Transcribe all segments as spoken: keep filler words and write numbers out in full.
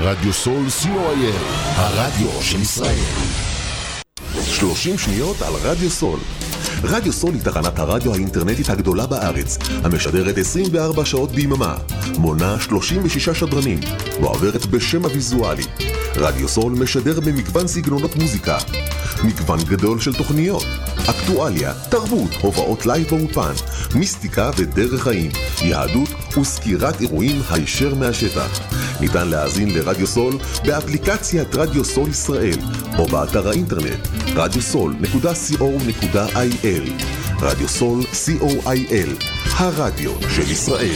רדיו סול סי או איי אל, הרדיו של ישראל. שלושים שניות על רדיו סול. רדיו סול היא תחנת הרדיו האינטרנטית הגדולה בארץ, המשדרת עשרים וארבע שעות ביממה, מונה שלושים ושישה שדרנים, ועוברת בשם הוויזואלי. רדיו סול משדר במגוון סגנונות מוזיקה, מגוון גדול של תוכניות, אקטואליה, תרבות, הופעות לייב באופן, מיסטיקה ודרך חיים, יהדות וסקירת אירועים הישר מהשטח. ניתן להאזין לרדיו סול באפליקציית רדיו סול ישראל, או באתר האינטרנט רדיו סול נקודה סי או נקודה איי אל. רדיו סול סי או איי אל, הרדיו של ישראל.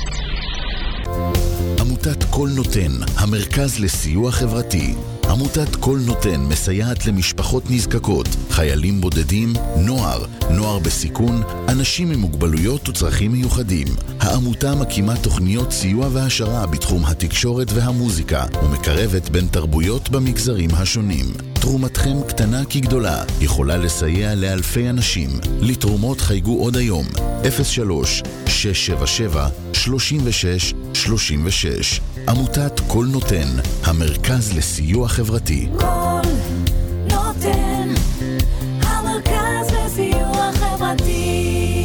עמותת כל נותן, המרכז לסיוע חברתי. עמותת כל נותן מסייעת למשפחות נזקקות, חיילים בודדים, נוער, נוער בסיכון, אנשים עם מוגבלויות וצרכים מיוחדים. העמותה מקימה תוכניות סיוע והשרה בתחום התקשורת והמוזיקה, ומקרבת בין תרבויות במגזרים השונים. תרומתכם קטנה כגדולה, יכולה לסייע לאלפי אנשים. לתרומות חייגו עוד היום, אפס שלוש שש שבע שבע שלוש שש שלוש שש. עמותת כל נותן, המרכז לסיוע חברתי. כל נותן, המרכז לסיוע חברתי.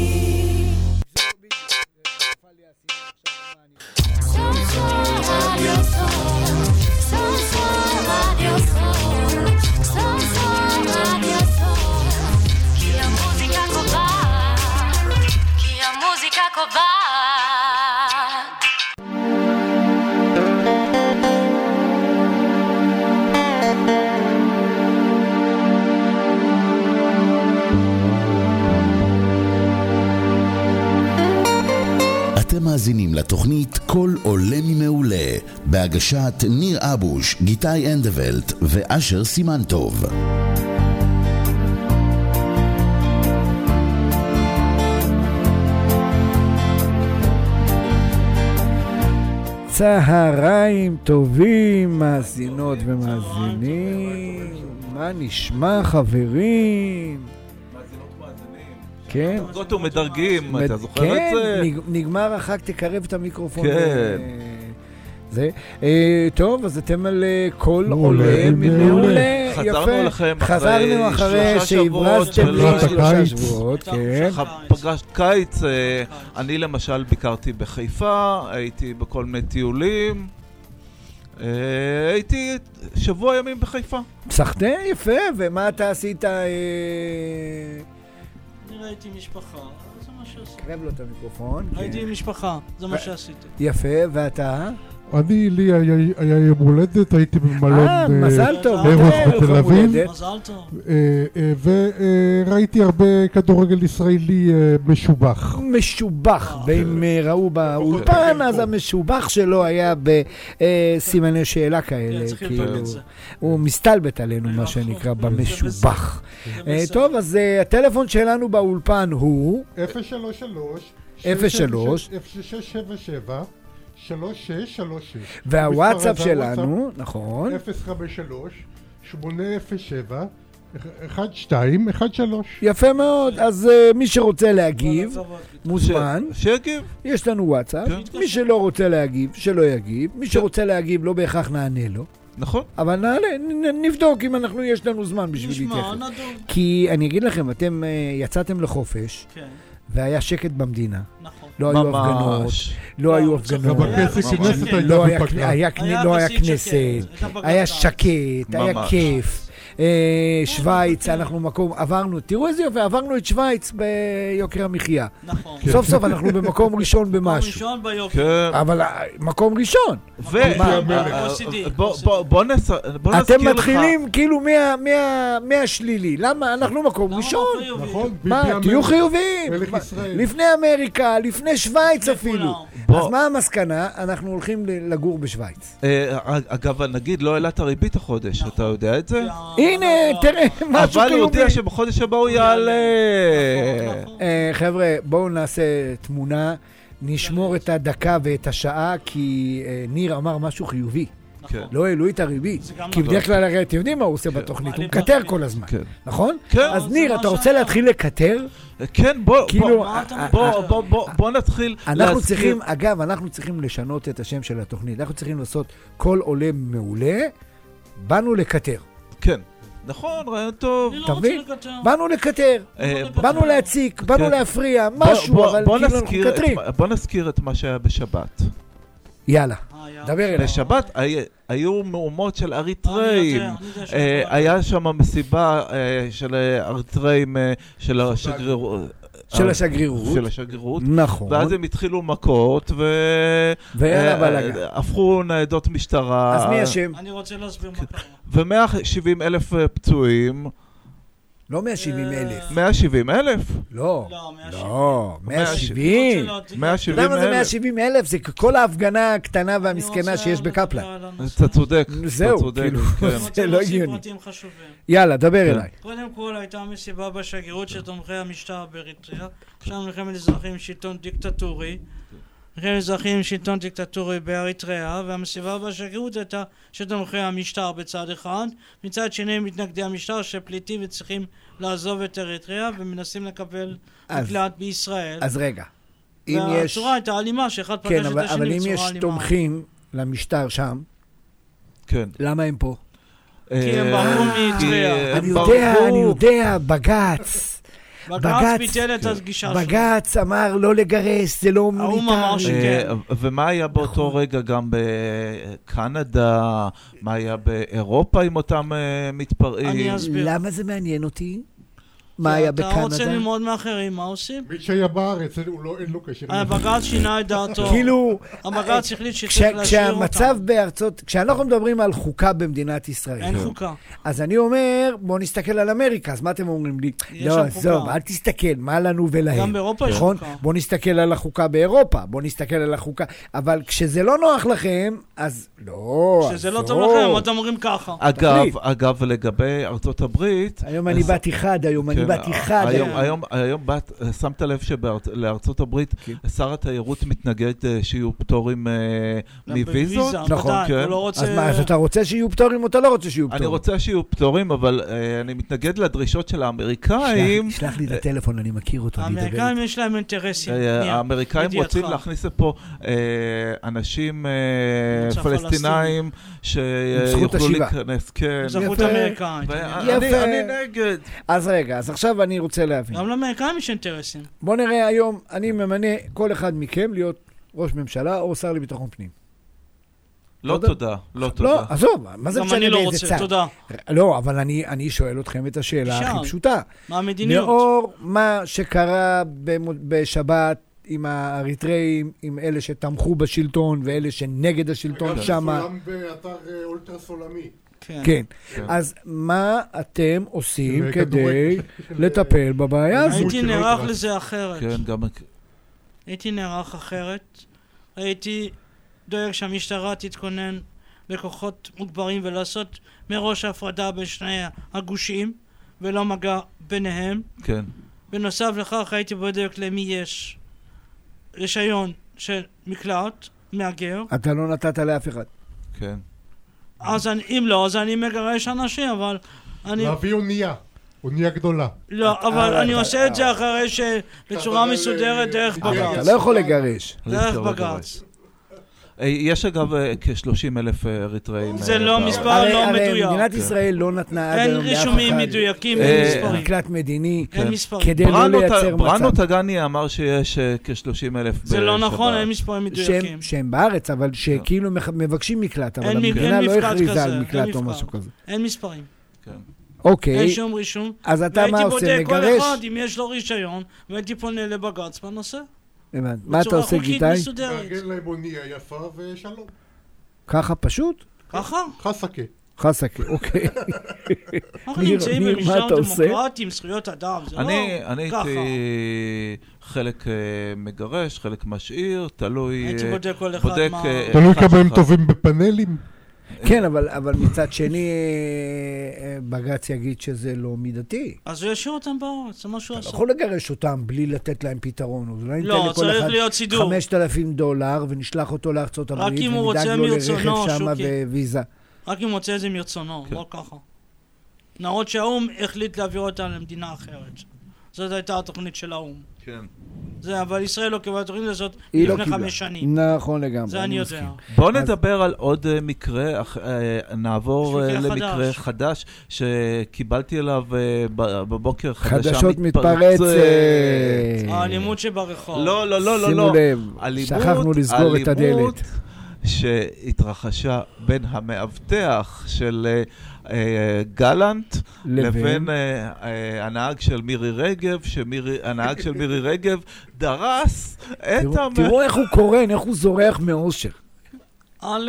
סול סול רדיו סול, סול סול רדיו סול, סול סול רדיו סול, כי המוזיקה קובעת, כי המוזיקה קובעת. אתם מאזינים לתוכנית כל עולה ממעולה, בהגשת ניר אבוש, גיטאי אנדוולט ואשר סימנטוב. צהריים טובים, מאזינות ומאזינים. מה נשמע, חברים? כן. זאת ומדרגים, אתה זוכר את זה? כן, נגמר החג, תקרב את המיקרופון. כן. זה. טוב, אז אתם על כל עולה מעולה. חזרנו לכם חזרנו אחרי שהברזתם לי שלושה שבועות. כן. פגשת קיץ, אני למשל ביקרתי בחיפה, הייתי בכל מיני טיולים. הייתי שבוע ימים בחיפה. סחטה, יפה, ומה אתה עשית? הייתי משפחה, זה מה שעשיתי. קרב לו את המיקרופון. הייתי עם משפחה, זה מה שעשיתי. יפה, ואתה? אני, לי היה יום הולדת, הייתי במלון מזל טוב, בתל אביב. מזל טוב. וראיתי הרבה כדורגל ישראלי משובח. משובח, ואם ראו באולפן, אז המשובח שלו היה בסימני שאלה כאלה. הוא מסתלבט עלינו, מה שנקרא, במשובח. טוב, אז הטלפון שלנו באולפן הוא אפס שלוש שלוש אפס שלוש שש שבע שבע שלוש שש שלוש שש. והוואטסאפ שלנו, נכון, אפס חמש שלוש שמונה אפס שבע אחת שתיים אחת שלוש. יפה מאוד. אז מי שרוצה להגיב מוזמן, שיגיב. יש לנו וואטסאפ. מי שלא רוצה להגיב, שלא יגיב. מי שרוצה להגיב, לא בהכרח נענה לו. נכון. אבל נעלה, נבדוק אם אנחנו, יש לנו זמן בשביל להתייחס. כי אני אגיד לכם, אתם יצאתם לחופש, והיה שקט במדינה. נכון. לא היו הפגנות, לא היו הפגנות. לא היה כנסת, היה שקט, היה כיף. שוויץ, אנחנו מקום, עברנו, תראו איזה יופי, עברנו את שוויץ ביוקר המחיה. נכון. סוף סוף אנחנו במקום ראשון במשהו. מקום ראשון ביוקר. אבל מקום ראשון. בוא נזכיר לך. אתם מתחילים כאילו מהשלילי. למה? אנחנו מקום ראשון. מה? תהיו חיוביים. לפני אמריקה, לפני שוויץ אפילו. אז מה המסקנה? אנחנו הולכים לגור בשוויץ. אגב, נגיד, לא העלה את הריבית החודש, אתה יודע את זה? הנה, תראה, משהו אבל הוא יודע שבחודש הבא הוא יעלה. חבר'ה, בואו נעשה תמונה, נשמור את הדקה ואת השעה, כי ניר אמר משהו חיובי. כן. לא העלו את הריבית. זה גם כי נכון. בדרך כלל הרי אתם יודעים מה הוא עושה בתוכנית, הוא מקטר כל הזמן. כן. נכון? כן. אז זה ניר, מה אתה רוצה שהיה. להתחיל לקטר? כן, בוא, כאילו, בוא, מה אתה בוא, מדבר? בוא, בוא, בוא נתחיל אנחנו להזכיר- צריכים, אגב, אנחנו צריכים לשנות את השם של התוכנית. אנחנו צריכים לעשות כל עולה מעולה, באנו לקטר. כן, נכון, רעיון טוב. אני לא אתה רוצה מבין? לקטר. באנו לקטר, אה, באנו להציק, באנו כן. להפריע, בוא- משהו, בוא- אבל בוא כאילו אנחנו נזכיר את מקטרים. מה- בוא נזכיר את מה שהיה בשבת. יאללה, אה, יאללה. דבר אליי. בשבת היה- היו מהומות של אני אריתראים. יודע, אני יודע אה, שהכל- היה שם מסיבה אה, של אריתראים אה, של השגרירות. של השגרירות. של השגרירות. נכון. ואז הם התחילו מכות ויאללה בלאגן. והפכו ניידות משטרה. אז מי אשם? אני רוצה להסביר מה קרה. ו-מאה שבעים אלף פצועים. לא מאה שבעים אלף. מאה שבעים אלף? לא. לא, מאה שבעים. לא, מאה שבעים. מאה אתה שבעים יודע מה זה מאה אלף. שבעים אלף? זה כל ההפגנה הקטנה והמסכנה שיש בקפלן. אתה צודק. זהו, אתה צודק, כאילו. כן. זה לא הגיוני. פרטים חשובים. יאללה, דבר כן. אליי. קודם כל הייתה מסיבה בשגרירות של תומכי המשטר באריתריאה, שם מלחמת אזרחים עם שלטון דיקטטורי, מלחמת אזרחים עם שלטון דיקטטורי באריתריאה, והמסיבה בשגרירות הייתה של תומכי המשטר בצד אחד, מצד שני מתנגדי המשטר שפליטים וצריכים לעזוב את אריתריאה ומנסים לקבל אז- מקלט בישראל. אז רגע, אם יש... והצורה הייתה אלימה, שאחד פגש כן, את אבל השני אבל אם בצורה יש אלימה. תומכים למשטר שם, כן. למה הם פה? כי הם ברחו אה, מאריתריאה. כי אני הם יודע, ברחו. אני יודע, בג"ץ. בג"ץ ביטל את הגישה שלו. בג"ץ אמר לא לגרש, זה לא האו"ם אמר הומניטרי. ש- אה, כן. ומה היה באותו נכון. רגע גם בקנדה, מה היה באירופה עם אותם אה, מתפרעים? אני אסביר. למה זה מעניין אותי? מה היה אתה רוצה בקנדה? ללמוד מאחרים, מה עושים? מי שהיה בארץ, הוא לא- אין לו קשר. לזה. הבג"ץ שינה את דעתו. כאילו, הבג"ץ החליט כש- שצריך להשאיר כשהמצב אותם. בארצות, כשאנחנו מדברים על חוקה במדינת ישראל, אין חוקה. אז אני אומר, בוא נסתכל על אמריקה, אז מה אתם אומרים לי? יש לא, שם עזוב, חוקה. אל תסתכל, מה לנו ולהם. גם באירופה יש נכון? חוקה. בוא נסתכל על החוקה באירופה, בוא נסתכל על החוקה, אבל כשזה לא נוח לכם, אז לא, שזה לא עזוב. טוב לכם, אתם אומרים ככה. אגב, תחליט. אגב, לגבי ארצות הברית... היום אני אז- באתי חד, היום אני כן, באתי חד. היום, היום. היום, היום באת, שמת לב שלארצות הברית, כן. שר התיירות מתנגד אה, שיהיו פטורים אה, מוויזות. בוויזה, נכון, ודאי, כן. הוא לא רוצה... אז מה, אז אתה רוצה שיהיו פטורים או אתה לא רוצה שיהיו אני פטורים? רוצה שיהיו פטורים, אבל אה, אני מתנגד לדרישות של האמריקאים. שלח- שלח לי את הטלפון, אני מכיר אותו, אני אדבר האמריקאים איתו. יש להם אינטרסים. אה, ניר, האמריקאים לידיעתך. רוצים להכניס לפה אה, אנשים אה, מוצא פלסטינאים זכות שיוכלו השיבה. להיכנס, כן. אזרחות יפה. אמריקאית. ואני יפה. אני נגד. אז רגע, אז עכשיו אני רוצה להבין. גם לאמריקאים יש אינטרסים. בוא נראה היום, אני ממנה כל אחד מכם להיות ראש ממשלה או שר לביטחון פנים. לא תודה. תודה, לא תודה. לא, עזוב, מה זה גם משנה אני לא באיזה רוצה, צד? תודה. לא, אבל אני, אני שואל אתכם את השאלה תשאל. הכי פשוטה. מה המדיניות? לאור מה שקרה במ- בשבת עם האריתראים, עם אלה שתמכו בשלטון ואלה שנגד השלטון אגב, שם. צולם באתר אה, אולטרס עולמי. כן. כן. כן. אז מה אתם עושים של כדי כדורגל. לטפל בבעיה הזו? הייתי של נערך אולטרס. לזה אחרת. כן, גם... הייתי נערך אחרת. הייתי דואג שהמשטרה תתכונן בכוחות מוגברים ולעשות מראש הפרדה בין שני הגושים ולא מגע ביניהם. כן. בנוסף לכך הייתי בודק למי יש רישיון של מקלט, מהגר. אתה לא נתת לאף אחד. כן. אז אני, אם לא, אז אני מגרש אנשים, אבל אני... להביא אונייה. אונייה גדולה. לא, אבל אה, אני אתה- עושה את זה אחרי שבצורה אבל, מסודרת אה, דרך אבל אתה בג"ץ. לא יכול לגרש. דרך לא בג"ץ. אה, יש אגב אה, כ-שלושים אלף אה, אריתראים. זה אה, לא בארץ. מספר הרי, לא הרי מדויק. מדינת ישראל לא נתנה עד אין היום לאף רישומים אחד מדויקים, אה, אין מספרים. מקלט מדיני אין כן. מספרים. כדי לא בראנו לייצר ט- בראנו מצב. טגני אמר שיש אה, כ-שלושים אלף בשבת. זה לא נכון, אין מספרים מדויקים. שהם, שהם בארץ, אבל שכאילו מח- מבקשים מקלט, אבל אין מ- המדינה אין לא מפקד הכריזה כזה, על אין מקלט או מפקד. משהו כזה. אין מספרים. כן. אוקיי, אין שום רישום. אז אתה מה והייתי עושה? בודק כל מגרש? אחד אם יש לו רישיון, והייתי פונה לבג"ץ בנושא. הבנתי. מה אתה עושה, בצורה חוקית גיטאי? מסודרת. מארגן להם אונייה יפה ושלום. ככה פשוט? ככה? חסקה. חסקה, אוקיי. אנחנו ניר, נמצאים ניר, מה במשטר אתה עושה? דמוקרטי עם זכויות אדם, זה אני, לא אני ככה. הייתי חלק אה, מגרש, חלק משאיר, תלוי... הייתי אה, בודק כל אחד בודק, מה... אה, תלוי אחד כמה הם אחד. טובים בפאנלים. כן, אבל, אבל מצד שני, בג"ץ יגיד שזה לא מידתי. אז הוא ישאיר אותם בארץ, זה מה שהוא אתה עשה. לא יכול לגרש אותם בלי לתת להם פתרון. אז אולי לא, ניתן לכל צריך אחד להיות סידור. חמשת אלפים דולר, ונשלח אותו לארצות הברית, אם הוא ונדאג רוצה לו מרצונו, לרכב שמה שוקי. וויזה. רק אם מוצא את זה מרצונו, לא ככה. נראות שהאום החליט להעביר אותם למדינה אחרת. זאת הייתה התוכנית של האום. כן. זה, אבל ישראל לא קיבלה התוכנית הזאת היא לא לפני קיבלה. חמש שנים. נכון לגמרי. זה אני יודע. בוא נדבר על עוד אה, מקרה, אח- אה, נעבור יש אה, מקרה למקרה חדש. חדש שקיבלתי עליו אה, ב- בבוקר חדשה חדשות מתפרצת. האלימות שברחוב. לא, לא, לא, לא, שימו לא. לב, אלימות, שכחנו לסגור את אלימות הדלת. שהתרחשה בין המאבטח של אה, אה, גלנט לבין? לבין אה, אה, הנהג של מירי רגב, שהנהג של מירי רגב דרס את תראו- המ... תראו איך הוא קורן, איך הוא זורח מאושר. א',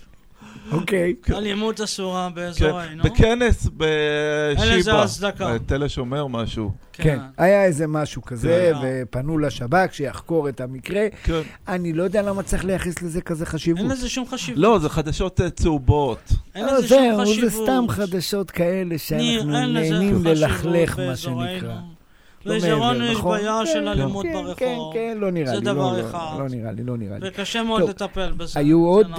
אוקיי. אלימות אסורה כן, באזורנו. בכנס אין לזה בשיבה, הצדקה. תל השומר משהו. כן, היה איזה משהו כזה, כן. ופנו לשב"כ שיחקור את המקרה. כן. אני לא יודע למה צריך לייחס לזה כזה חשיבות. אין לזה שום חשיבות. לא, זה חדשות אה, צהובות. אין לא, לזה שום זהו, חשיבות. זה סתם חדשות כאלה ניר, שאנחנו אין לזה נהנים חשיבות ללכלך, מה באזורנו. שנקרא. לא באזורנו מעבר, יש נכון? בעיה כן, של אלימות כן, ברחוב. כן, כן, לא נראה זה לי. דבר לא, לא, אחד. לא נראה לי, לא נראה לי. וקשה מאוד טוב, לטפל בזה. היו זה עוד נכון.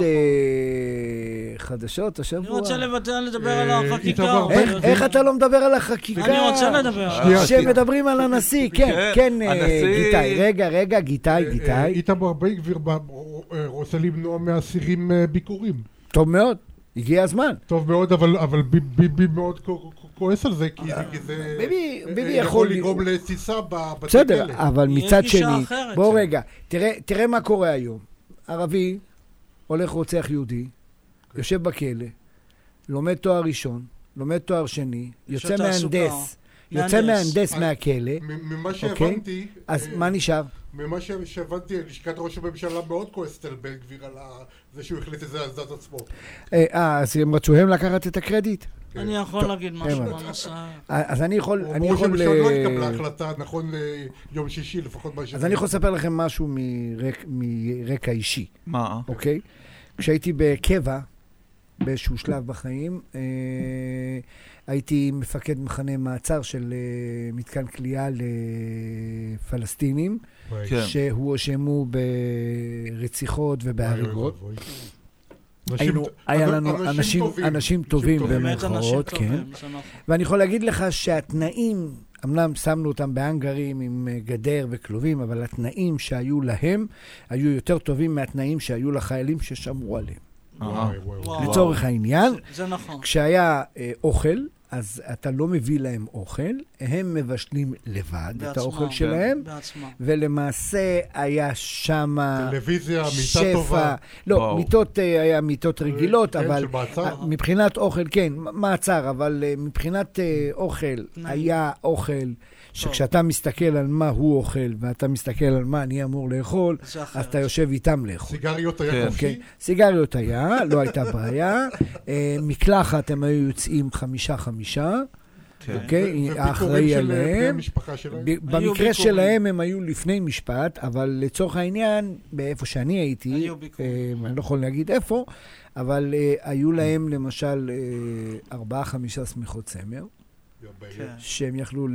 אה, חדשות אני השבוע. רוצה לבטל לדבר אה, על החקיקה. איתמר, איך- אבל- איך אתה לא מדבר על החקיקה? אני רוצה לדבר. שנייה, שמדברים על הנשיא, כן, כן, כן, אה, הנשיא- גיטאי. רגע, רגע, גיטאי, אה, גיטאי. איתמר בן גביר ב- אה, רוצה למנוע מאסירים אה, ביקורים. טוב מאוד, הגיע הזמן. טוב מאוד, אבל אבל ב- ביבי מאוד כו- כו- כועס על זה, כי כי זה ביבי- אה, ביבי יכול יכול- לגרום לתסיסה בבתי בסדר, כלא. אבל יהיה מצד גישה שני, אחרת. בוא רגע, תראה, תראה מה קורה היום. ערבי הולך רוצח יהודי, יושב בכלא, לומד תואר ראשון, לומד תואר שני, יש יוצא לו תעסוקה. מהנדס, יוצא מהנדס. מהנדס אז- מהכלא, מ- ממה אוקיי? שהבנתי, אז אה, מה נשאר? ממה ש- שהבנתי, לשכת ראש הממשלה מאוד כועסת על בן גביר על ה- זה שהוא החליט את זה על דעת עצמו. אה, אה, אז הם רצו הם לקחת את הקרדיט? אני יכול להגיד משהו הבנתי. בנושא. אה, אז אני יכול, אני אמרו יכול... שבשעון לא אה, התקבלה החלטה, נכון ליום שישי, לפחות מה ש... אז אני יכול לספר לכם משהו מרק- מרקע אישי. מה? אוקיי? כשהייתי בקבע, באיזשהו שלב בחיים, אה, הייתי מפקד מחנה מעצר של אה, מתקן כליאה לפלסטינים, כן. שהואשמו ברציחות ובהריגות. אנשים- היינו, היה לנו אנשים, טובים. אנשים טובים טובים. באמת אנשים במרכאות, כן. טובים, זה נכון. ואני יכול להגיד לך שהתנאים, אמנם שמנו אותם באנגרים עם אה, גדר וכלובים, אבל התנאים שהיו להם היו יותר טובים מהתנאים שהיו לחיילים ששמרו עליהם. אה. וואי, וואי, וואי. וואו. לצורך העניין, זה- זה נכון. כשהיה אה, אוכל, אז אתה לא מביא להם אוכל, הם מבשלים לבד את בעצמם. האוכל שלהם, בעצמם. ולמעשה היה שמה טלוויזיה, מיטה שפע. טובה. לא, וואו. מיטות, אה, היה מיטות רגילות, כן, אבל של מעצר. אה, מבחינת אוכל, כן, מעצר, אבל אה, מבחינת אה, אוכל, היה אוכל שכשאתה מסתכל על מה הוא אוכל, ואתה מסתכל על מה אני אמור לאכול, זה אחרת. אז אתה יושב איתם לאכול. סיגריות כן. היה אוקיי? חופשי. סיגריות היה, לא הייתה בעיה. אה, מקלחת הם היו יוצאים חמישה חמישה, כן. אוקיי? וביקורים האחראי של בני עליהם. המשפחה שלהם. ב- במקרה ביקורים. שלהם הם היו לפני משפט, אבל לצורך העניין, באיפה שאני הייתי, היו ביקורים. אה, אני לא יכול להגיד איפה, אבל אה, היו להם למשל אה, ארבעה חמישה סמיכות צמר, כן. שהם יכלו ל-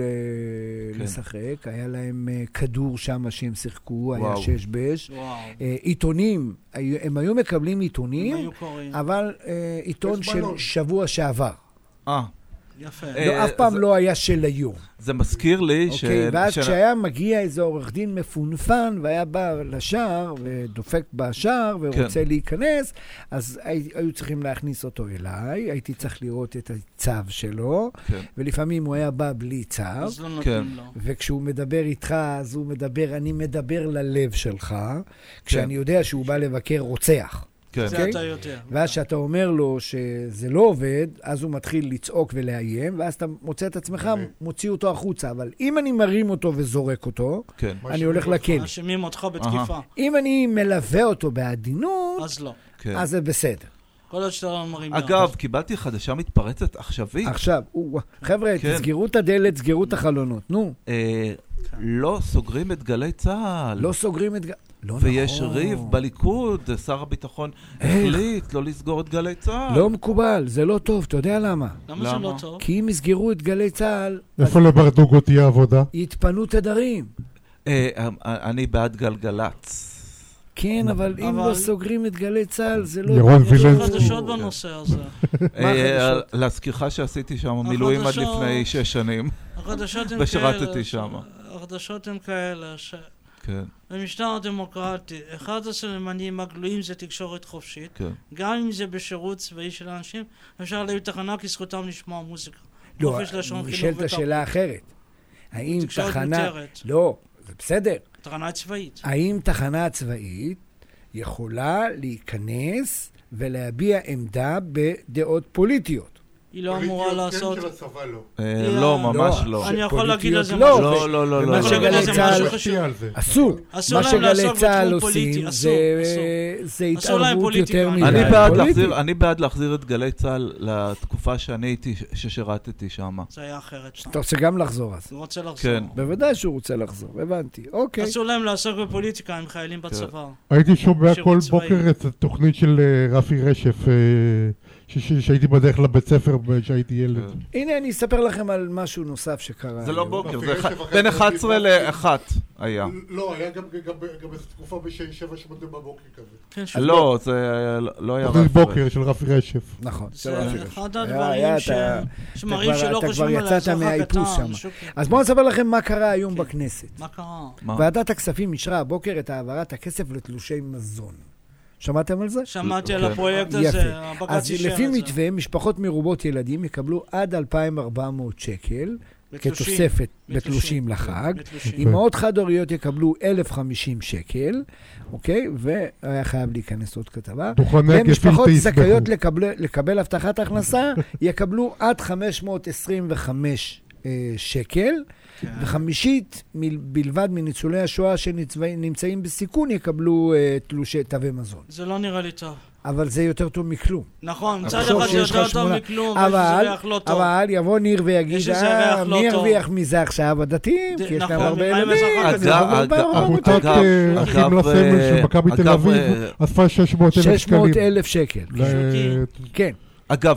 כן. לשחק, היה להם אה, כדור שם שהם שיחקו, היה וואו. שש בש. וואו. אה, עיתונים, היו- הם היו מקבלים הם עיתונים, היו קוראים. אבל אה, עיתון יש של בלון. שבוע שעבר. אה, יפה. אה, לא, אף פעם זה- לא היה של היום. זה מזכיר לי ש... אוקיי, ואז ש- כשהיה מגיע איזה עורך דין מפונפן, והיה בא לשער, ודופק בשער, ורוצה כן. להיכנס, אז הי- היו צריכים להכניס אותו אליי, הייתי צריך לראות את הצו שלו, כן. ולפעמים הוא היה בא בלי צו, אז לא כן. נותנים לו. וכשהוא מדבר איתך, אז הוא מדבר, אני מדבר ללב שלך, כשאני יודע שהוא בא לבקר רוצח. כן. זה אוקיי? אתה יודע. ואז שאתה אומר לו שזה לא עובד, אז הוא מתחיל לצעוק ולאיים, ואז אתה מוצא את עצמך, מוציא אותו החוצה. אבל אם אני מרים אותו וזורק אותו, כן. אני הולך לכלא. מאשימים אותך בתקיפה. אם אני מלווה אותו בעדינות, אז לא. כן. אז זה בסדר. כל עוד שאתה לא מרים יד. אגב, קיבלתי חדשה מתפרצת עכשווית. עכשיו, חבר'ה, תסגרו את הדלת, סגרו את החלונות, נו. לא סוגרים את גלי צהל. לא סוגרים את גלי... לא נכון. ויש ריב בליכוד, שר הביטחון החליט לא לסגור את גלי צהל. לא מקובל, זה לא טוב, אתה יודע למה? למה זה לא טוב? כי אם יסגרו את גלי צהל... איפה לברדוגו תהיה עבודה? יתפנו תדרים. אני בעד גלגלץ. כן, אבל אם לא סוגרים את גלי צהל, זה לא... ירון וילנסקי. יש חדשות בנושא הזה. מה החדשות? להזכירך שעשיתי שם מילואים עד לפני שש שנים. החדשות הן ושרתתי שם. החדשות הן כאלה ש... כן. במשטר דמוקרטי, אחד הסממנים הגלויים זה תקשורת חופשית. כן. גם אם זה בשירות צבאי של אנשים, אפשר להביא תחנה כי זכותם לשמוע מוזיקה. לא, נשאלת השאלה אחרת. האם תחנה... לא, זה בסדר. תחנה צבאית. האם תחנה צבאית יכולה להיכנס ולהביע עמדה בדעות פוליטיות? היא לא אמורה לעשות... כן, של הצבא לא. לא, ממש לא. אני יכול להגיד על זה משהו. לא, לא, לא, לא. מה שגלי צהל... אסור. מה שגלי צהל עושים זה התערבות יותר מדי. אני בעד להחזיר את גלי צהל לתקופה שאני הייתי, ששירתתי שם. זה היה אחרת. אתה רוצה גם לחזור אז. הוא רוצה לחזור. כן. בוודאי שהוא רוצה לחזור, הבנתי. אוקיי. אסור להם לעסוק בפוליטיקה עם חיילים בצבא. הייתי שומע כל בוקר את התוכנית של רפי רשף, שהייתי בדרך לבית ספר שהייתי ילד. הנה אני אספר לכם על משהו נוסף שקרה. זה לא בוקר, זה בין אחת עשרה לאחת היה. לא, היה גם איזו תקופה בשבע שמונה בבוקר כזה. לא, זה לא היה רפי רשף. בוקר של רפי רשף. נכון. זה אחד הדברים שמראים שלא חושבים על האזרח הקטן. אז בואו נספר לכם מה קרה היום בכנסת. מה קרה? ועדת הכספים אישרה הבוקר את העברת הכסף לתלושי מזון. שמעתם על זה? שמעתי על הפרויקט הזה. אז לפי מתווה, משפחות מרובות ילדים יקבלו עד אלפיים וארבע מאות שקל כתוספת בתלושים לחג. אמהות חד-הוריות יקבלו אלף וחמישים שקל, אוקיי? והיה חייב להיכנס עוד כתבה. ומשפחות זכאיות לקבל הבטחת הכנסה יקבלו עד חמש מאות עשרים וחמש שקל. וחמישית בלבד מניצולי השואה שנמצאים בסיכון יקבלו תלושי תווי מזון. זה לא נראה לי טוב. אבל זה יותר טוב מכלום. נכון, מצד אחד זה יותר טוב מכלום, אבל זה ריח לא טוב. אבל יבוא ניר ויגיד, אה, מי הרוויח מזה עכשיו? הדתיים, כי יש להם הרבה ילדים. עמותת אחים לסמל של מכבי תל אביב אספה שש מאות אלף שקלים. שש מאות אלף שקל. כן. אגב,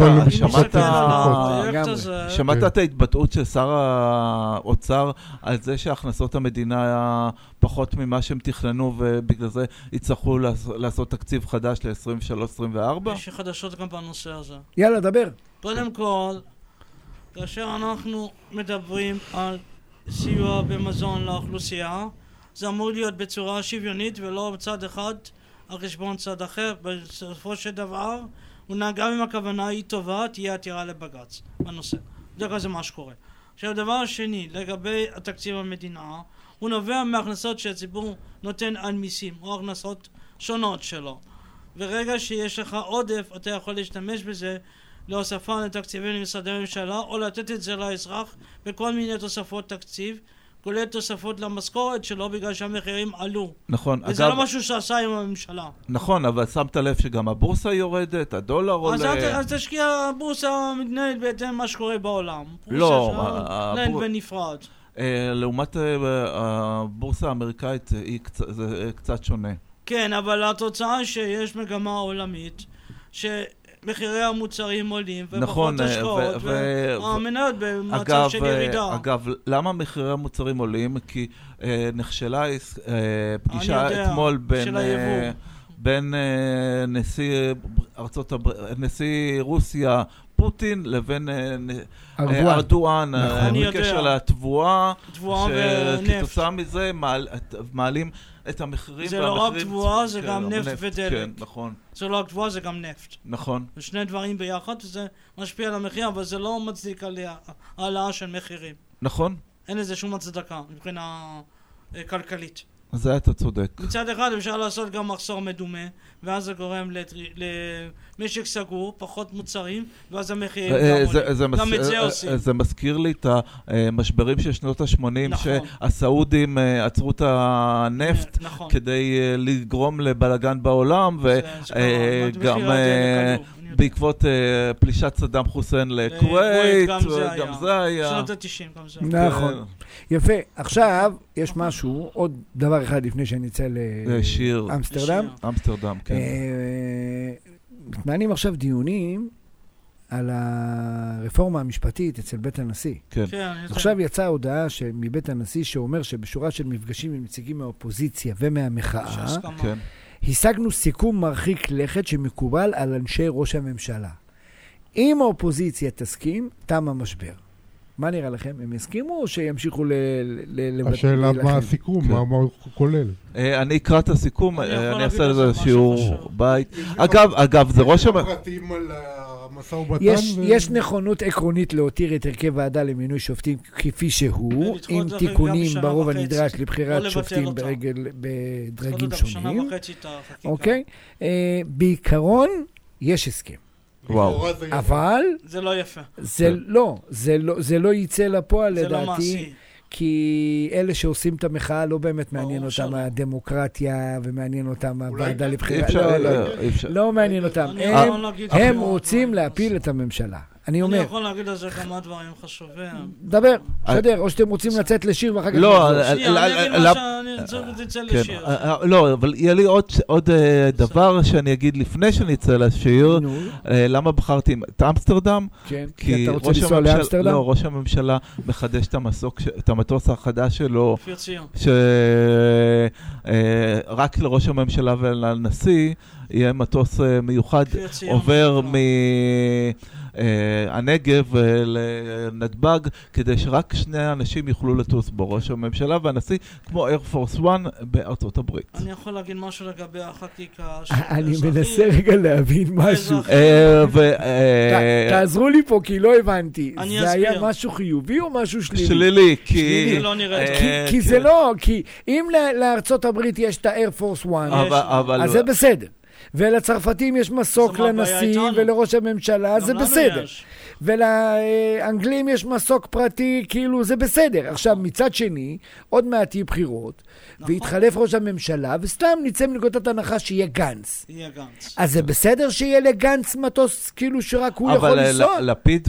שמעת את ההתבטאות של שר האוצר על זה שהכנסות המדינה היה פחות ממה שהם תכננו ובגלל זה יצטרכו לעשות תקציב חדש ל-עשרים ושלוש עשרים וארבע? יש חדשות גם בנושא הזה. יאללה, דבר. קודם כל, כאשר אנחנו מדברים על סיוע במזון לאוכלוסייה, זה אמור להיות בצורה שוויונית ולא בצד אחד על חשבון צד אחר. בסופו של דבר, גם אם הכוונה היא טובה, תהיה עתירה לבג"ץ בנושא. זה כזה מה שקורה. עכשיו, הדבר השני, לגבי התקציב המדינה, הוא נובע מהכנסות שהציבור נותן על מיסים, או הכנסות שונות שלו. ורגע שיש לך עודף, אתה יכול להשתמש בזה להוספה לתקציבים למשרדי ממשלה, או לתת את זה לאזרח בכל מיני תוספות תקציב, כולל תוספות למשכורת שלו בגלל שהמחירים עלו. נכון. וזה לא משהו שעשה עם הממשלה. נכון, אבל שמת לב שגם הבורסה יורדת, הדולר עולה. אז תשקיע, הבורסה מתנהלת בהתאם מה שקורה בעולם. לא. מתנהלת בנפרד. לעומת הבורסה האמריקאית זה קצת שונה. כן, אבל התוצאה שיש מגמה עולמית, ש... מחירי המוצרים עולים, ופחות השקעות, והמניות במצב של ירידה. אגב, למה מחירי המוצרים עולים? כי נכשלה פגישה אתמול בין נשיא רוסיה פוטין לבין ארדואן בקשר לתבואה, שכתוצאה מזה מעלים את המחירים. זה לא רק תבואה, זה גם נפט ודלק. כן, נכון. זה לא רק תבואה, זה גם נפט. נכון. זה שני דברים ביחד, וזה משפיע על המחיר, אבל זה לא מצדיק על העלאה של מחירים. נכון. אין לזה שום הצדקה מבחינה כלכלית. זה אתה צודק. מצד אחד אפשר לעשות גם מחסור מדומה, ואז זה גורם למשק סגור, פחות מוצרים, ואז המחירים גם עולים. גם את זה עושים. זה מזכיר לי את המשברים של שנות ה-שמונים, שהסעודים עצרו את הנפט כדי לגרום לבלגן בעולם, וגם בעקבות פלישת סדאם חוסיין לכווית, גם זה היה. שנות ה-תשעים גם זה היה. נכון. יפה. עכשיו, יש משהו, עוד דבר אחד לפני שנצא לאמסטרדם. אמסטרדם, כן. מתנהלים עכשיו דיונים על הרפורמה המשפטית אצל בית הנשיא. כן. עכשיו יצאה הודעה מבית הנשיא שאומר שבשורה של מפגשים עם נציגים מהאופוזיציה ומהמחאה, כן. השגנו סיכום מרחיק לכת שמקובל על אנשי ראש הממשלה. אם האופוזיציה תסכים, תם המשבר. מה נראה לכם? הם יסכימו או שימשיכו לבטל? השאלה מה הסיכום, מה הוא כולל? אני אקרא את הסיכום, אני אעשה לזה שיעור בית. אגב, אגב, זה ראש הממשלה... פרטים על המשא ומתן? יש נכונות עקרונית להותיר את הרכב ועדה למינוי שופטים כפי שהוא, עם תיקונים ברוב הנדרש לבחירת שופטים בדרגים שונים. אוקיי? בעיקרון, יש הסכם. וואו. אבל זה לא יפה. זה לא, זה לא, זה לא יצא לפועל זה לא לדעתי, מעשי. כי אלה שעושים את המחאה לא באמת מעניין אותם הדמוקרטיה ומעניין אותם הוועדה לבחירה. לא, לא, לא מעניין אותם. הם רוצים להפיל את הממשלה. אני אומר... אני יכול להגיד על זה כמה דברים חשובים. דבר, בסדר, או שאתם רוצים לצאת לשיר ואחר כך... לא, שנייה, אני אגיד מה שאני אצא לשיר. לא, אבל יהיה לי עוד דבר שאני אגיד לפני שאני אצא לשיר. למה בחרתי את אמסטרדם? כן, כי אתה רוצה לנסוע לאמסטרדם? לא, ראש הממשלה מחדש את המטוס החדש שלו. שרק לראש הממשלה ולנשיא יהיה מטוס מיוחד עובר מ... הנגב לנתב"ג, כדי שרק שני אנשים יוכלו לטוס בו, ראש הממשלה והנשיא, כמו Air Force One בארצות הברית. אני יכול להגיד משהו לגבי החקיקה. אני מנסה רגע להבין משהו. תעזרו לי פה, כי לא הבנתי. זה היה משהו חיובי או משהו שלילי? שלילי, כי זה לא, כי אם לארצות הברית יש את ה-Air Force One, אז זה בסדר. ולצרפתים יש מסוק לנשיא ולראש הממשלה, זה בסדר. ולאנגלים יש מסוק פרטי, כאילו זה בסדר. עכשיו, מצד שני, עוד מעט יהיו בחירות, והתחלף ראש הממשלה, וסתם נצא מנקודת הנחה שיהיה גנץ. יהיה גנץ. אז זה בסדר שיהיה לגנץ מטוס, כאילו שרק הוא יכול לנסוע? אבל לפיד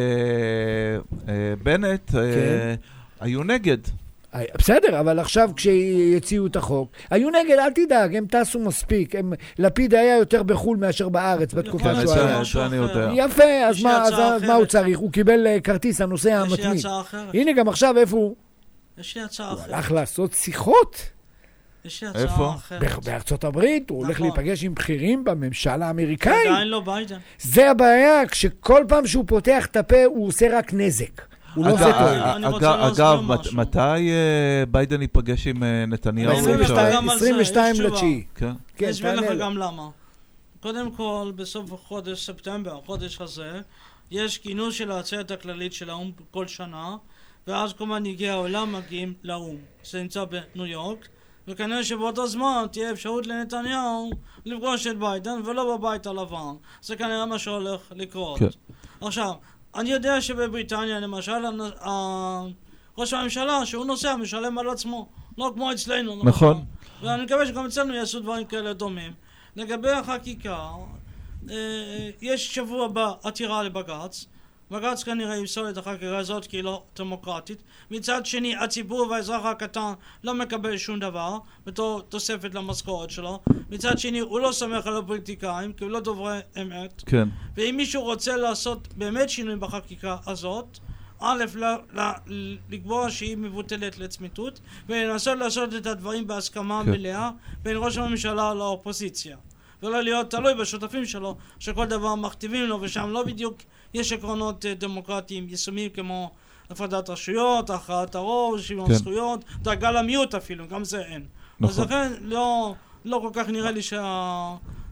ובנט היו נגד. בסדר, אבל עכשיו כשיציעו את החוק, היו נגד, אל תדאג, הם טסו מספיק. הם, לפיד היה יותר בחול מאשר בארץ בתקופה שהוא היה. יפה, אז מה, אז מה הוא צריך? הוא קיבל כרטיס הנושא המתמיד. יש לי הצעה אחרת. הנה, גם עכשיו, איפה הוא? יש לי הצעה אחרת. הוא הלך לעשות שיחות. יש לי הצעה אחרת. בארצות הברית, הוא הולך להיפגש עם בכירים בממשל האמריקאי. עדיין לא ביידן. זה הבעיה, כשכל פעם שהוא פותח את הפה, הוא עושה רק נזק. אגב, מתי ביידן ייפגש עם נתניהו? עשרים ושתיים לתשיעי. יש לך גם למה. קודם כל, בסוף חודש ספטמבר, החודש הזה, יש כינוס של העצרת הכללית של האום כל שנה, ואז כל מנהיגי העולם מגיעים לאום. זה נמצא בניו יורק, וכנראה שבאותו זמן תהיה אפשרות לנתניהו לפגוש את ביידן ולא בבית הלבן. זה כנראה מה שהולך לקרות. עכשיו, אני יודע שבבריטניה, למשל, ראש הממשלה, שהוא נוסע, משלם על עצמו, לא כמו אצלנו. נכון. ואני מקווה שגם אצלנו יעשו דברים כאלה דומים. לגבי החקיקה, יש שבוע הבא עתירה לבג"ץ. בג"ץ כנראה יפסול את החקיקה הזאת כי היא לא דמוקרטית. מצד שני, הציבור והאזרח הקטן לא מקבל שום דבר בתור תוספת למשכורת שלו. מצד שני, הוא לא סומך על הפוליטיקאים כי הוא לא דוברי אמת. כן. ואם מישהו רוצה לעשות באמת שינוי בחקיקה הזאת, א', לקבוע שהיא מבוטלת לצמיתות, ולנסות לעשות את הדברים בהסכמה מלאה בין ראש הממשלה לאופוזיציה. ולא להיות תלוי בשותפים שלו, שכל דבר מכתיבים לו, ושם לא בדיוק יש עקרונות דמוקרטיים יישומיים כמו הפרדת רשויות, הכרעת הרוב, שוויון זכויות, דאגה למיעוט אפילו, גם זה אין. אז לכן לא, לא כל כך נראה לי שה...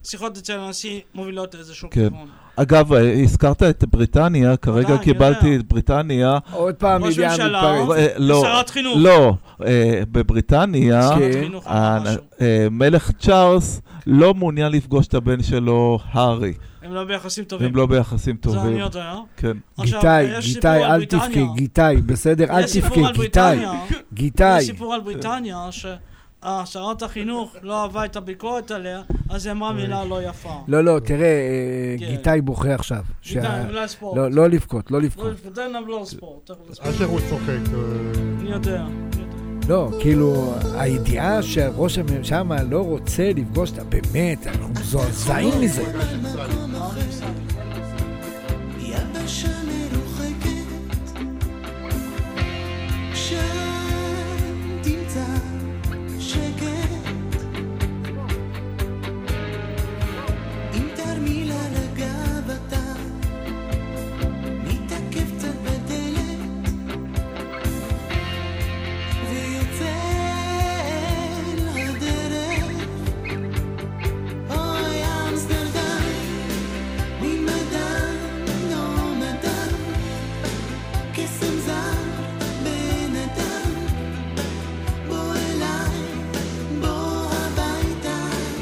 שיחות אצל הנשיא מובילות לאיזשהו כן. כיוון. אגב, הזכרת את בריטניה, כרגע קיבלתי את בריטניה. עוד פעם ראש ידיעה ממשלה, מתפרצת. לא, שרת חינוך. לא, אה, בבריטניה, שרת כן. חינוך אמר משהו. מלך צ'ארלס לא מעוניין לפגוש את הבן שלו, הארי. הם לא ביחסים טובים. הם לא ביחסים זה אני טובים. יודע. כן. עכשיו, גיטאי, יש סיפור גיטאי, על אל בריטניה. תבכי, גיטאי, בסדר? אל יש סיפור תבכי, על גיטאי, בריטניה. גיטאי. יש סיפור על בריטניה, ששרת החינוך לא אהבה את הביקורת עליה, אז היא אמרה מילה לא יפה. לא, לא, תראה, אה, כן. גיטאי בוכה עכשיו. שה- גיטאי, לא ספורט. לא, לא לבכות, לא לא לבכות. ספורט, אין להם לא ספורט. תכף לספורט. אשר הוא צוחק. אה, אני יודע. אני יודע. לא, כאילו, הידיעה שראש הממשלה לא רוצה לפגוש את... באמת, אנחנו מזועזעים מזה. יבשה מרוחקת, שם תמצא שקט, אם תרמיל על הגב אתה מתעכב קצת בדלת ויוצא אל הדרך. אוי אמסטרדם, ממדן לא מדן, קסם זר בן אדם, בוא אליי, בוא הביתה.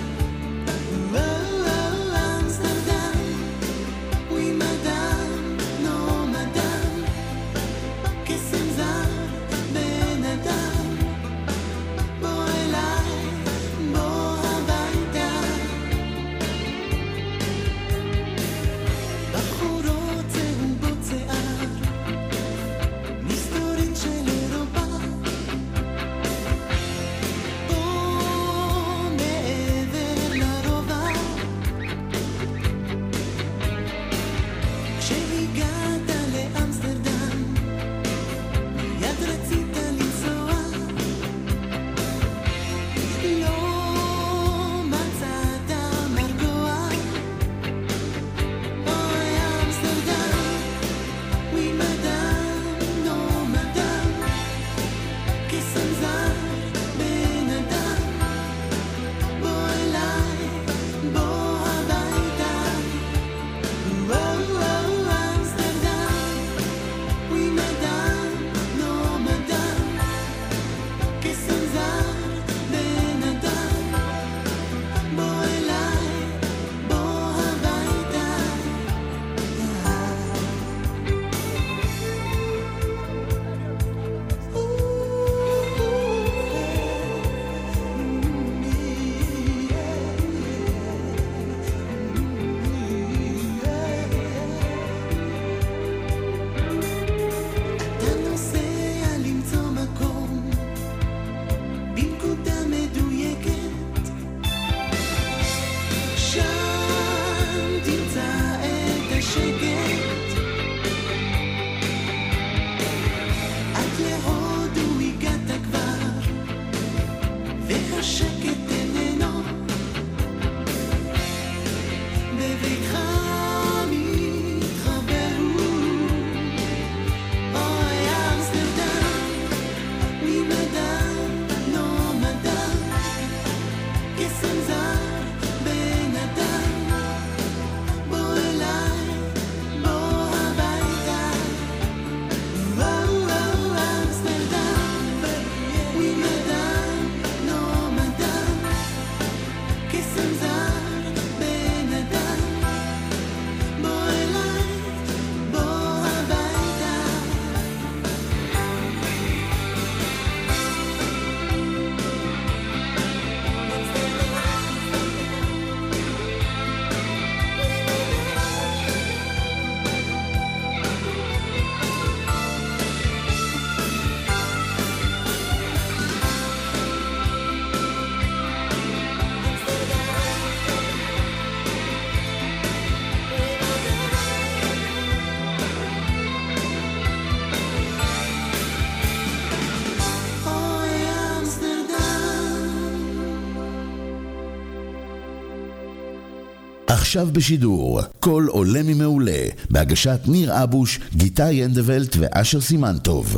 וואו אמסטרדם, ממדן לא מדן, קסם זר בן אדם, בוא אליי, בוא הביתה. בחורות צהובות שיער, מסתורין של אירופה, פה מעבר לרובע. כשהגעת לאמסטרדם, מיד רצית לנסוע, לא מצאת מרגוע. אוי אמסטרדם, ממדן לא מדן, קסם זר בן אדם, בוא אליי, בוא הביתה. וואו אמסטרדם, ממדן לא מדן, קסם זר בן אדם, בוא אליי, בוא הביתה. אתה נוסע למצוא מקום בנקודה מדויקת, שם תמצא את השקט. עד להודו הגעת כבר, והשקט איננו, בביתך מתחברו. אוי אמסטרדם, ממדן לא מדן, קסם זר בן אדם, בוא אליי, בוא הביתה. וואו אמסטרדם, ממדן לא מדן, קסם זר בן אדם, בוא אליי, בוא הביתה. אוי אמסטרדם. עכשיו בשידור, כל עולה ממעולה, בהגשת ניר אבוש, גיטאי אנדוולט ואשר סימנטוב.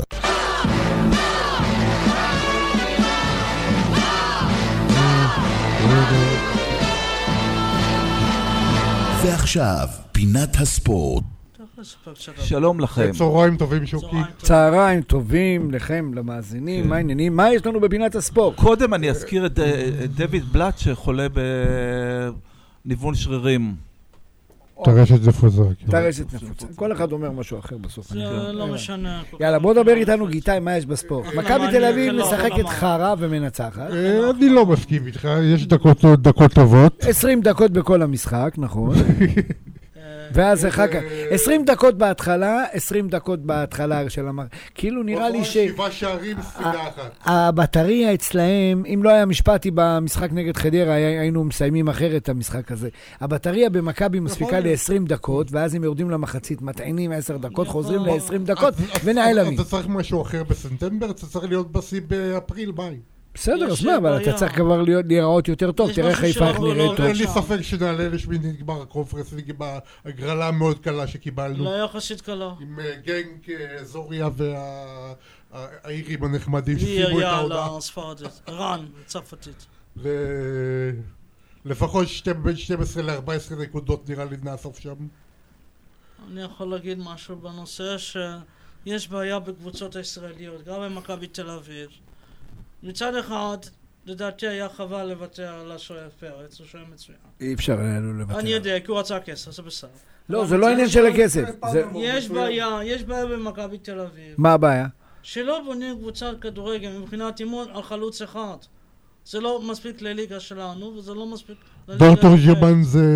ועכשיו, פינת הספורט. שלום לכם. צהריים טובים שוקי. צהריים טובים לכם, למאזינים, מה העניינים? מה יש לנו בפינת הספורט? קודם אני אזכיר את דויד בלאט שחולה בניוון שרירים. טרשת נפוצה. טרשת נפוצה. כל אחד אומר משהו אחר בסוף. זה לא משנה. יאללה, בוא דבר איתנו גיטאי, מה יש בספורט? מכבי תל אביב משחקת חרא ומנצחת. אני לא מסכים איתך, יש דקות טובות. עשרים דקות בכל המשחק, נכון. ואז אחר כך, עשרים דקות בהתחלה, עשרים דקות בהתחלה של המר... כאילו נראה לי ש... שבעה שערים, ספינה אחת. הבטריה אצלהם, אם לא היה משפטי במשחק נגד חדרה, היינו מסיימים אחרת את המשחק הזה. הבטריה במכבי מספיקה ל-עשרים דקות, ואז הם יורדים למחצית, מטעינים עשר דקות, חוזרים ל-עשרים דקות, ונעלמים. אתה צריך משהו אחר בספטמבר, אתה צריך להיות בשיא באפריל, ביי. בסדר, אז מה, אבל אתה צריך כבר להיראות יותר טוב, תראה חיפה איך נראית טוב. אין לי ספק שנעלה לשמינית נגמר הקונפרנס בהגרלה מאוד קלה שקיבלנו. לא יחסית קלה. עם גנק, זוריה והאירים הנחמדים שסיימו את ההודעה. יאללה, ספרדית, רן, צרפתית. לפחות בין שתים עשרה ל-ארבע עשרה נקודות נראה לי נאסוף שם. אני יכול להגיד משהו בנושא שיש בעיה בקבוצות הישראליות, גם במכבי תל אביב. מצד אחד, לדעתי היה חבל לוותר על השוער פרץ, הוא שוער מצוין. אי אפשר היה לו לוותר. אני יודע, כי הוא רצה כסף, זה בסדר. לא, זה לא עניין של הכסף. יש בעיה, יש בעיה במכבי תל אביב. מה הבעיה? שלא בונים קבוצת כדורגל מבחינת אימון על חלוץ אחד. זה לא מספיק לליגה שלנו, וזה לא מספיק... דוקטור ג'רמן זה...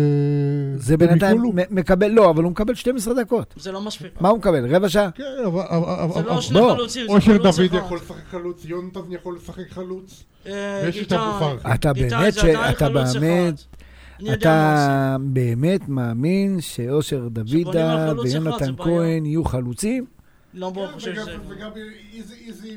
זה בינתיים מקבל, לא, אבל הוא מקבל שתים עשרה דקות. זה לא מספיק. מה הוא מקבל? רבע שעה? כן, אבל... זה לא שני חלוצים, זה אושר חלוץ דוד אחד. יכול לשחק חלוץ, יונתן יכול לשחק חלוץ. אה, ויש את גיטאי. אבו אתה גיטאי באמת, זה עדיין אתה חלוץ באמת, אחד. אני יודע מה אתה באמת מאמין שאושר דוידה חלוץ אחד, ויונתן זה בעיה. כהן יהיו חלוצים? לא ברור חושב שזה... וגם איזי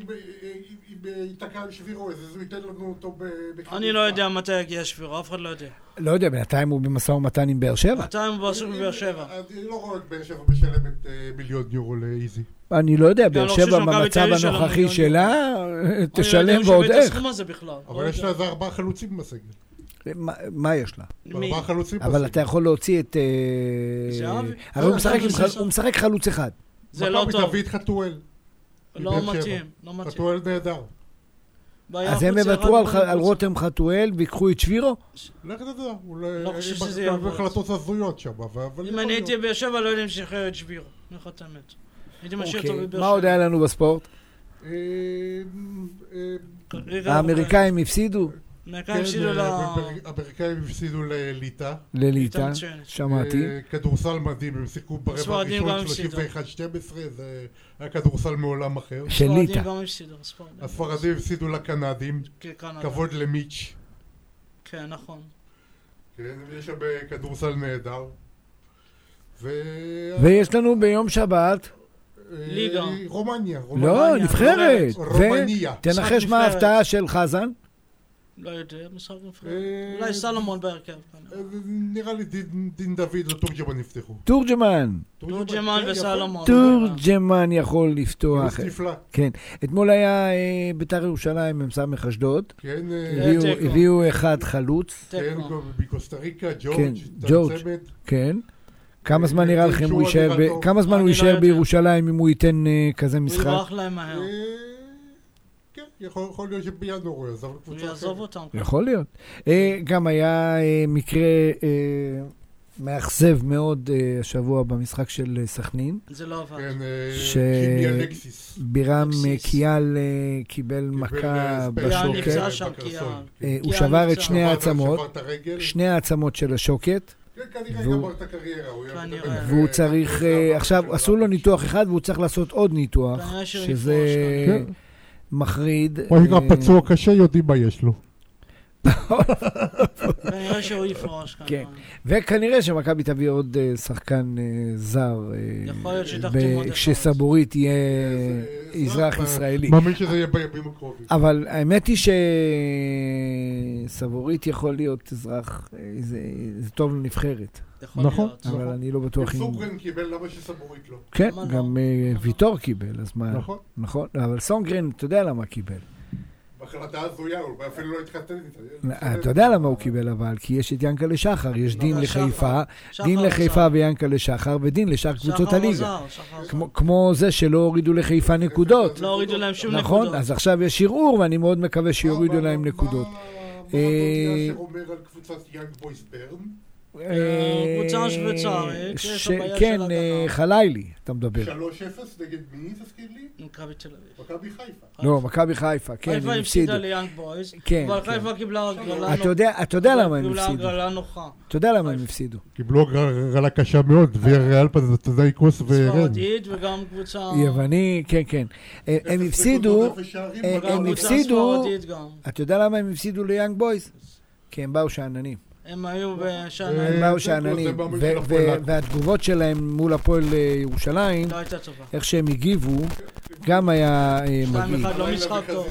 ייתקע עם שבירו, אז הוא ייתן לנו אותו בחלוץ. אני לא יודע מתי יגיע שבירו, אף אחד לא יודע. לא יודע, בינתיים הוא במשא ומתן עם באר שבע? מתי הוא בסוף בבאר שבע? אני לא רואה את באר שבע משלמת מיליון יורו לאיזי. אני לא יודע, באר לא חושב שבע שמכבי במצב תל אביב ישלם הנוכחי מיליון שלה, תשלם אני לא יודע ועוד אם שווה את איך. הסכום הזה בכלל. אבל יש לה איזה ארבעה חלוצים בסגל. מה- מה יש לה? מי? ארבעה חלוצים בסגל. אבל אתה יכול להוציא את... אה, זהבי? הרי הוא משחק עם זה- חל- הוא משחק חלוץ אחד. זה לא מכבי טוב. דוד חתואל. לא מבאר שבע. מתאים, לא מתאים. חתואל נהדר. בעיה אז הם חוץ יוותרו על אחד, ח- על חוץ. רותם חתואל ויקחו את שבירו? לך תדע, אולי... לא חושב עם שזה ה- יעבוד. החלטות הזויות שם, אבל... אבל אם יכול אני להיות. הייתי באר שבע לא יודעים שחרר את שבירו. איך את האמת? הייתי משאיר אותו אוקיי, בבאר מה עוד שבע. היה לנו בספורט? אה, אה, רגע, האמריקאים הפסידו האמריקאים כן, הפסידו ל... אה, האמריקאים הפסידו לליטא. לליטא, מצוינת. שמעתי. אה, כדורסל מדהים, הם שיחקו ברבע הספרדים גם הראשון הפסידו. שלושים ואחת שתים עשרה, זה היה כדורסל מעולם אחר. של הספרדים ליטא. גם הפסידו, הספרדים. הספרדים הפסידו לקנדים, כקנדה. כבוד למיץ'. כן, נכון. כן, יש שם כדורסל נהדר. ו... ויש לנו ביום שבת, אה, ליגה. רומניה. לא, רומניה, נבחרת. רומניה. תנחש משחק מה נבחרת. ההפתעה של חזן? לא יודע, משחק נבחרת. אה, אולי סלומון בהרכב. אה, נראה לי דין- דין דוד או תורג'מן נפתחו. תורג'מן. תורג'מן כן, יפה. וסלומון. תורג'מן יכול לפתוח. ניס נפלא. כן. אתמול היה אה, בית"ר ירושלים עם סמך אשדוד. כן, אה, הביאו- תיקו. הביאו אחד חלוץ. כן, תיקו. מקוסטה ריקה, כן, ג'ורג', ג'ורג'. צמד. כן. כמה זמן נראה לכם הוא שהוא יישאר, נראה ב- טוב. כמה זמן הוא אני לא יישאר יודע. בירושלים אם הוא ייתן אה, כזה הוא משחק? יברח להם מהר. אה, כן, יכול יכול להיות שבינואר הוא יעזוב הוא לקבוצה יעזוב אחרת. אותם. יכול להיות. אה, גם היה אה, מקרה אה, מאכזב מאוד אה, השבוע במשחק של אה, סכנין. זה לא עבד. כן, אה, ש- קימי אלקסיס. בירם אה, אקסיס. קיאל אה, קיבל מכה אה, קיאל בשוקת. נפצע שם, בקרסול. קיאל. אה, הוא קיאל שבר את נפצע. שני שבר- העצמות, שבר את הרגל. שני העצמות של השוקת, כן, כנראה והוא- גמר את הקריירה. הוא היה כנראה. מדבר, והוא אה, צריך, אה, אה, אה, עכשיו אה, עשו לו אה, ניתוח אחד והוא צריך לעשות עוד ניתוח, כנראה שהוא שזה יפרוש, כנראה. מחריד. מה שנקרא אה, פצוע קשה, יודעים מה יש לו. כנראה שהוא יפרוש. כן. כנראה. וכנראה שמכבי תביא עוד אה, שחקן אה, זר, אה, יכול להיות שתחתים ב- עוד אחד. כשסבורית יהיה אה, אזרח זר, ישראלי. מאמין שזה יהיה בימים הקרובים. אבל האמת היא שסבורית יכול להיות אזרח, אה, זה, זה טוב לנבחרת, יכול נכון. להיות. אבל אני לא בטוח אם... סוגרן קיבל, למה שסבורית לא? כן, למה לא? גם אה, ויטור קיבל, אז מה? נכון. נכון, אבל סונגרן, אתה יודע למה קיבל. החלטה הזויה, הוא אפילו לא התחתן איתה. אתה יודע למה הוא קיבל אבל? כי יש את ינקלה שחר, יש דין אבל לחיפה, שחר- דין שחר לחיפה עזר. וינקלה שחר, ודין לשאר קבוצות שחר הליגה. עזר, שחר עזר. כמו- כמו זה שלא הורידו לחיפה נקודות. לא הורידו להם שום נכון? נקודות. אז עכשיו יש ערעור, ואני מאוד מקווה שיורידו להם נקודות. מה אה, אשר אומר על קבוצת יאנג בויז ברן? אה, קבוצה שוויצרית, ש- שיש לה בעיה כן, של אה, הגנה. חלילי, אתה מדבר. שלוש אפס נגד מי, תזכיר לי? מכבי תל אביב. מכבי חיפה. לא, מכבי חיפה, כן, חיפה הם הפסידה הפסידו. ליאנג בויז, כן, אבל כן. חיפה קיבלה הגרלה אתה יודע- אתה יודע למה הם קיבלה הפסידו. הגרלה נוחה. אתה יודע למה הם הפסידו. קיבלו הגרלה קשה מאוד, ויה ריאל פזדאיקוס ורן. ספרדית וגם קבוצה... יווני, כן, כן. הם- הם הפסידו, אה, וגם הם קבוצה הפסידו, ספרדית גם. אתה יודע למה הם הפסידו ליאנג בויז? כי הם באו שאננים. הם היו בשנה... אה, הם באו זה שאננים. במאמר ו- של ו- הפועל עכו. והתגובות שלהם מול הפועל אה, ירושלים, לא הייתה טובה. איך שהם הגיבו, גם היה אה, שתיים מגעיל. אחד לא משחק טוב.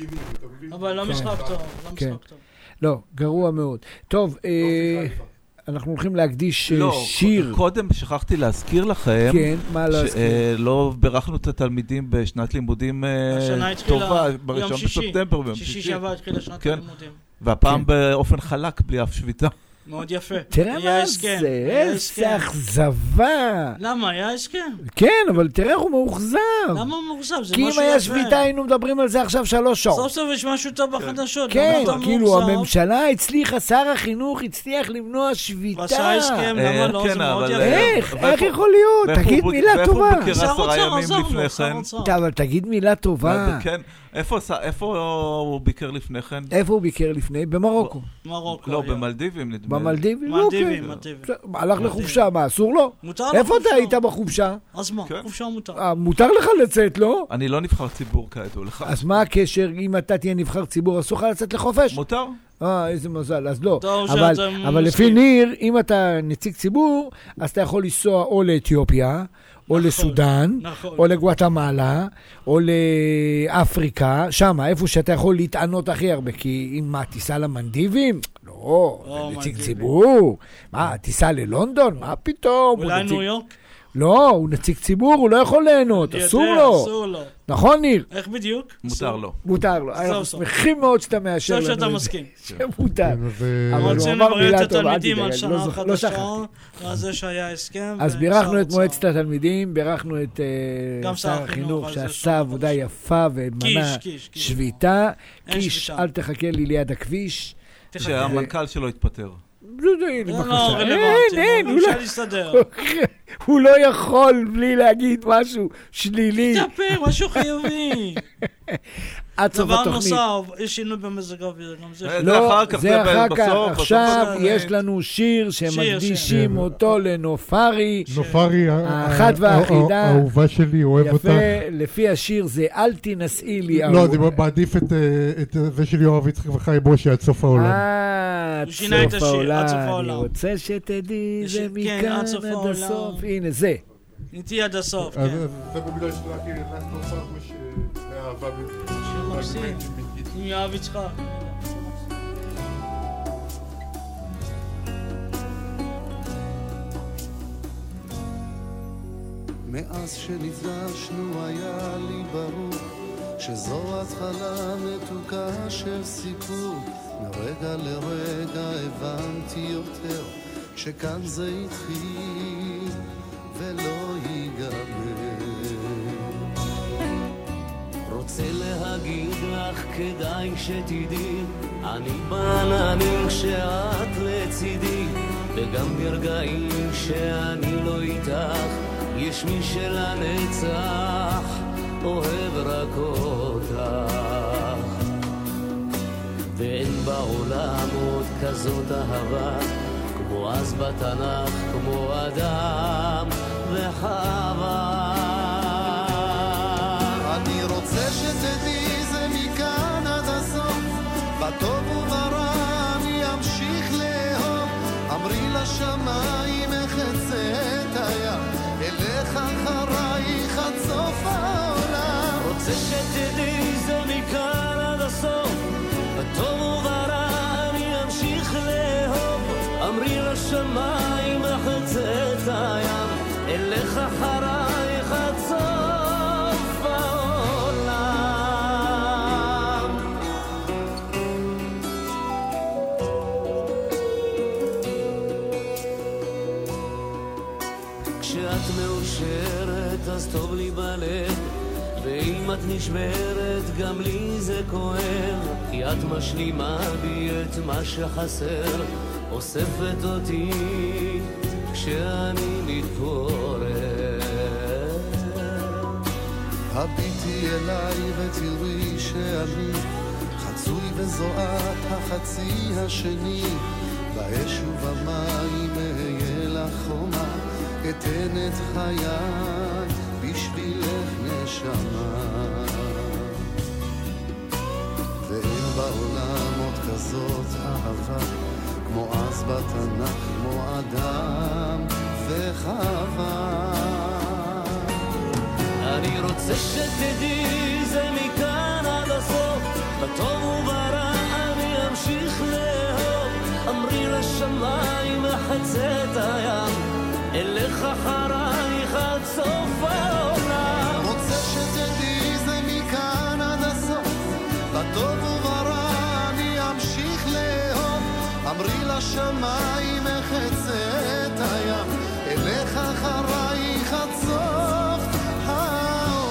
אבל לא משחק טוב. לא כן. משחק טוב. לא, גרוע מאוד. טוב, אה, אנחנו הולכים להקדיש אה, לא, שיר. קודם שכחתי להזכיר לכם, כן, מה להזכיר? שלא בירכנו את התלמידים בשנת לימודים אה, השנה התחילה טובה, ביום בראשון שישי. בספטמבר, ביום שישי שישי. שעבר התחילה שנת כן. הלימודים. והפעם כן. באופן חלק, בלי אף שביתה. מאוד יפה. תראה היה מה הסכם, זה, היה איזה הסכם. אכזבה. למה? היה הסכם. כן, אבל תראה איך הוא מאוכזב. למה הוא מאוכזב? זה כי אם משהו היה יפה. שביתה היינו מדברים על זה עכשיו שלוש סוף שעות. סוף יש משהו טוב בחדשות. כן, למה אתה כאילו מאוכזב? הממשלה הצליחה, שר החינוך הצליח למנוע שביתה. עשה הסכם, אה, למה לא? כן, זה מאוד אבל- יפה. איך? ואיפה- איך יכול להיות? ואיפה תגיד הוא- מילה ואיפה טובה. הוא ביקר שר עשרה אוצר ימים עזר לפני לו, שר כן? אוצר. אבל תגיד מילה טובה. כן, איפה עשה- איפה הוא ביקר לפני כן? איפה הוא ביקר לפני? במרוקו. מרוקו. לא, היה. במלדיבים נדמה לי. במלדיבים? מלדיבים, אוקיי. מלדיבים. בסדר, הלך לחופשה, מה, אסור לו? מותר לו איפה אתה חופשה. היית בחופשה? אז מה? כן. חופשה מותר. אה, מותר לך לצאת, לא? אני לא נבחר ציבור כידוע לך. אז מה הקשר, אם אתה תהיה נבחר ציבור, אסור לך לצאת לחופש? מותר? אה, איזה מזל, אז לא. טוב אבל, שאתה אבל לפי מסכים. ניר, אם אתה נציג ציבור, אז אתה יכול לנסוע או לאתיופיה, או נכון, לסודן, נכון. או לגואטמלה, או לאפריקה, שם, איפה שאתה יכול להתענות הכי הרבה, כי אם מה, תיסע למנדיבים? לא, או, זה נציג מנדיבים. ציבור. מה, תיסע ללונדון? מה פתאום? הוא אולי נציג- ניו יורק? לא, הוא נציג ציבור, הוא לא יכול ליהנות, אני אסור יודע, לו. אסור לו. נכון, ניר? איך בדיוק? מותר לו. מותר לו. אנחנו סוף. שמחים מאוד שאתה מאשר טוב לנו שאתה את זה. מסכים. שמותר. כן, אז, אה, אבל הוא רוצים אמר לברך מילה את טובה, אל התלמידים תדאג, על לא שנה זוכ- לא חדשה, שכחתי. ועל זה שהיה הסכם. אז ושר בירכנו את האוצר. מועצת התלמידים, בירכנו את אה, גם שר שר החינוך, החינוך על זה שעשה שנה עבודה חדשה. יפה ומנה קיש, קיש, קיש. שביתה. אין קיש, שביתה. אל תחכה לי ליד הכביש. תחכה. שהמנכ"ל שלו התפטר. זה די, זה בבקשה. לא אין, רלוונטי, אין, הוא אפשר לא- להסתדר. הוא לא יכול בלי להגיד משהו שלילי. תדבר, משהו חיובי. עד סוף דבר התוכנית. נוסף, יש שינוי במזג האוויר, גם זה. אה, זה לא, אחר כך, זה זה אחר כך. בסוף, עכשיו בסוף. יש לנו שיר שמקדישים שיר. אותו לנופרי. נופרי, ה- האחת ה- והאחידה. ה- האהובה שלי, אוהב אותך. יפה, לפי השיר זה אל תנשאי לי. לא, אהוב. אני מעדיף את, אה, את זה של יואב יצחק וחיים משה עד סוף העולם. אה, עד הוא שינה את סוף השיר, עד סוף העולם. אני העולם. רוצה שתדעי, יש- זה כן, מכאן עד סוף עד העולם. הסוף. הנה, זה. איתי עד הסוף, אז כן. אז זה במילה שלה, כי רק נופר משה, מאהבה שיר מקסים. עם יואב יצחק. מאז שנפגשנו היה לי ברור שזו התחלה מתוקה של סיפור. מרגע לרגע הבנתי יותר שכאן זה התחיל ולא ייגמר. רוצה להגיד לך כדאי שתדעי, אני בעננים כשאת לצידי, וגם ברגעים שאני לא איתך יש מי שלנצח אוהב רק אותך. ואין בעולם עוד כזאת אהבה כמו אז בתנ"ך, כמו אדם וחווה. אני רוצה שתדעי זה מכאן עד הסוף, בטוב וברע אני אמשיך לאהוב. אמרי לשמיים אחצה את הים, אלך אחרייך עד סוף העולם. רוצה שתדעי זה מכאן עד הסוף, בטוב וברע אני אמשיך לאהוב. אמרי לשמיים אחצה את הים, אלך אחרייך עד סוף העולם. כשאת מאושרת אז טוב לי בלב, ואם את נשברת גם לי זה כואב, כי את משלימה בי את מה שחסר, אוספת אותי כשאני מתפורר. הביטי אליי ותראי שאני חצוי וזועת החצי השני, באש ובמים אהיה לך חומה, אתן את חיי בשבילך נשמה. ואין בעולם עוד כזאת אהבה, כמו אז בתנ"ך, כמו אדם וחווה. אני רוצה שתדעי זה מכאן עד הסוף, בטוב וברע אני אמשיך לאהוב. אמרי לשמיים מחצה את הים, אלך אחרייך עד סוף העולם. רוצה שתדעי זה מכאן עד הסוף, בטוב וברע אני אמשיך לאהוב. אמרי לשמיים מחצה את הים, אלך אחרייך עד סוף העולם.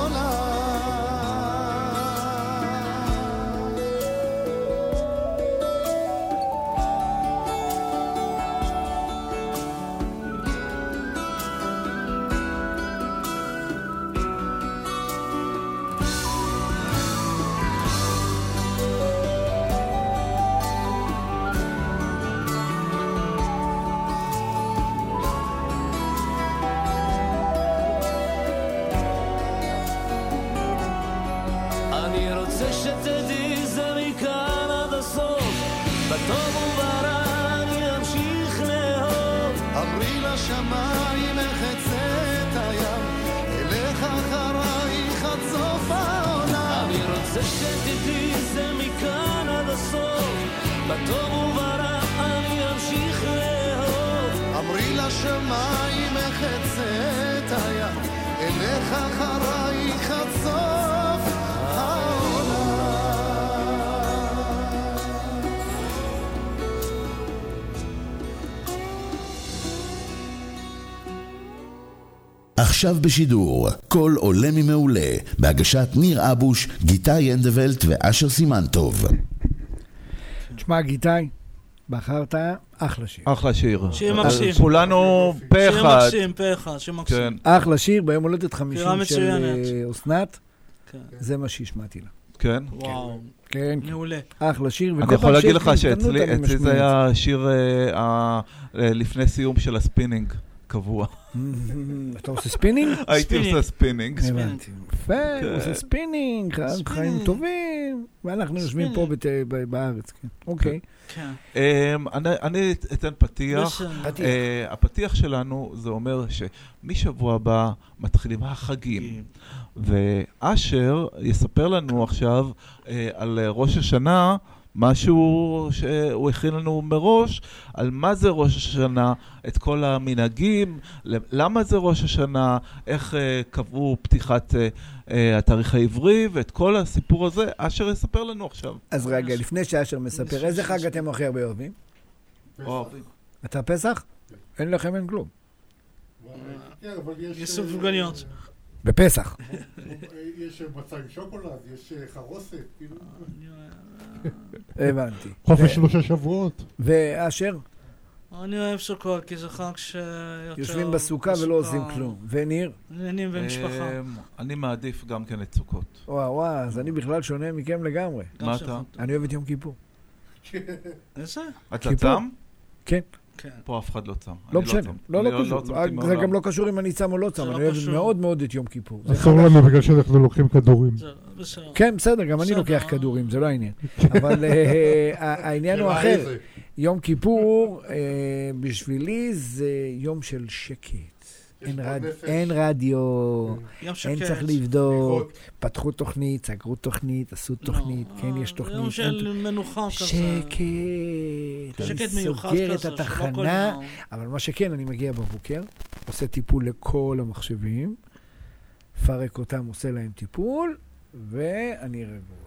שתדעי זה מכאן עד הסוף, בטוב וברע אני אמשיך לאהוב. אמרי לשמיים מחצה את הים, אלך אחרייך עד סוף העולם. אני רוצה שתדעי זה מכאן עד הסוף, בטוב וברע אני אמשיך לאהוב. אמרי לשמיים מחצה את הים, אלך אחרייך עד סוף העולם. עכשיו בשידור, כל עולה ממעולה, בהגשת ניר אבוש, גיטאי אנדוולט ואשר סימנטוב. תשמע גיטאי, בחרת אחלה שיר. אחלה שיר. שיר מקסים. כולנו פה אחד. שיר מקסים, פה אחד, שיר מקסים. אחלה שיר, ביום הולדת חמישים של מצוינת. אסנת, כן. זה מה שהשמעתי לה. כן? וואו. כן. מעולה. אחלה שיר. אני יכול להגיד לך שאצלי זה היה שיר לפני סיום של הספינינג. קבוע. אתה עושה ספינינג? הייתי עושה ספינינג. הבנתי. יפה, הוא עושה ספינינג, חיים טובים, ואנחנו יושבים פה בארץ. אוקיי. אני אתן פתיח. הפתיח שלנו זה אומר שמשבוע הבא מתחילים החגים. ואשר יספר לנו עכשיו על ראש השנה, משהו שהוא הכין לנו מראש, על מה זה ראש השנה, את כל המנהגים, למה זה ראש השנה, איך uh, קבעו פתיחת uh, uh, התאריך העברי, ואת כל הסיפור הזה, אשר יספר לנו עכשיו. אז רגע, לפני שאשר מספר, איזה חג אתם הכי הרבה אוהבים? אוהבים. אתה פסח? אין לכם אין כלום. יש סופגניות. בפסח. יש מצה עם שוקולד, יש חרוסת, כאילו. הבנתי. חופש שלושה שבועות. ואשר? אני אוהב סוכות, כי זה חג שיותר... יושבים בסוכה ולא עושים כלום. וניר? עניינים ומשפחה. אני מעדיף גם כן את סוכות. וואו, וואו, אז אני בכלל שונה מכם לגמרי. מה אתה? אני אוהב את יום כיפור. איזה? אתה צם? כן. פה אף אחד לא צם. לא משנה, לא לא קשור. זה גם לא קשור אם אני צם או לא צם, אני אוהב מאוד מאוד את יום כיפור. אסור לנו בגלל שאנחנו לוקחים כדורים. כן, בסדר, גם אני לוקח כדורים, זה לא העניין. אבל העניין הוא אחר. יום כיפור, בשבילי זה יום של שקט. אין רדיו, אין צריך לבדוק, פתחו תוכנית, סגרו תוכנית, עשו תוכנית, כן יש תוכנית. יום של מנוחה כזה. שקט, שקט אני מיוחד סוגר כזה, את התחנה, אבל מה שכן, אני מגיע בבוקר, עושה טיפול לכל המחשבים, פרק אותם, עושה להם טיפול, ואני רגוע.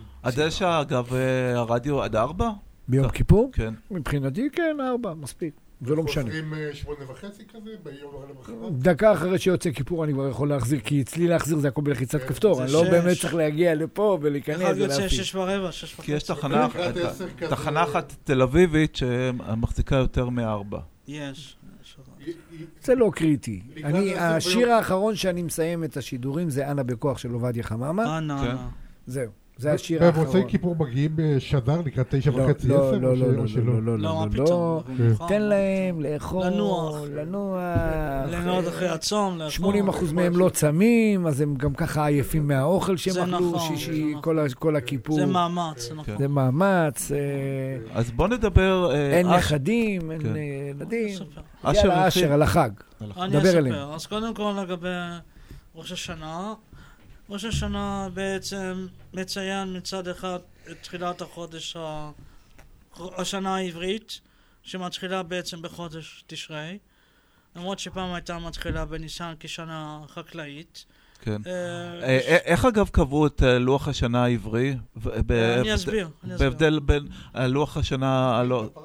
הדשא, אגב, הרדיו עד ארבע? ביום כיפור? כן. מבחינתי כן, ארבע, מספיק. זה לא משנה. חוזרים שמונה וחצי כזה, ביום למחרת? דקה אחרי שיוצא כיפור אני כבר יכול להחזיר, כי אצלי להחזיר זה הכל בלחיצת כפתור, אני לא באמת צריך להגיע לפה ולהיכנס אחד יוצא ולהפיק. שש ורבע, שש וחצי. כי יש תחנה אחת תל אביבית שמחזיקה יותר מארבע. יש. זה לא קריטי. השיר האחרון שאני מסיים את השידורים זה אנה בכוח של עובדיה חממה. אנה, אנה. זהו. זה השיר האחרון. במוצאי כיפור מגיעים בשדר לקראת תשע וחצי לא, עשר? לא, לא, לא, לא, לא, לא, לא, תן להם לאכול, לנוח, לנוח, לנוח אחרי הצום, לאכול. שמונים אחוז מהם לא צמים, אז הם גם ככה עייפים מהאוכל שהם אכלו, שישי, כל הכיפור. זה מאמץ, נכון. זה מאמץ. אז בוא נדבר... אין נכדים, אין ילדים. יאללה, אשר, על החג. אני אספר. אז קודם כל לגבי ראש השנה, ראש השנה בעצם מציין מצד אחד את תחילת החודש, ה... השנה העברית, שמתחילה בעצם בחודש תשרי, למרות שפעם הייתה מתחילה בניסן כשנה חקלאית. כן. איך אגב קבעו את לוח השנה העברי? אני אסביר. בהבדל בין לוח השנה...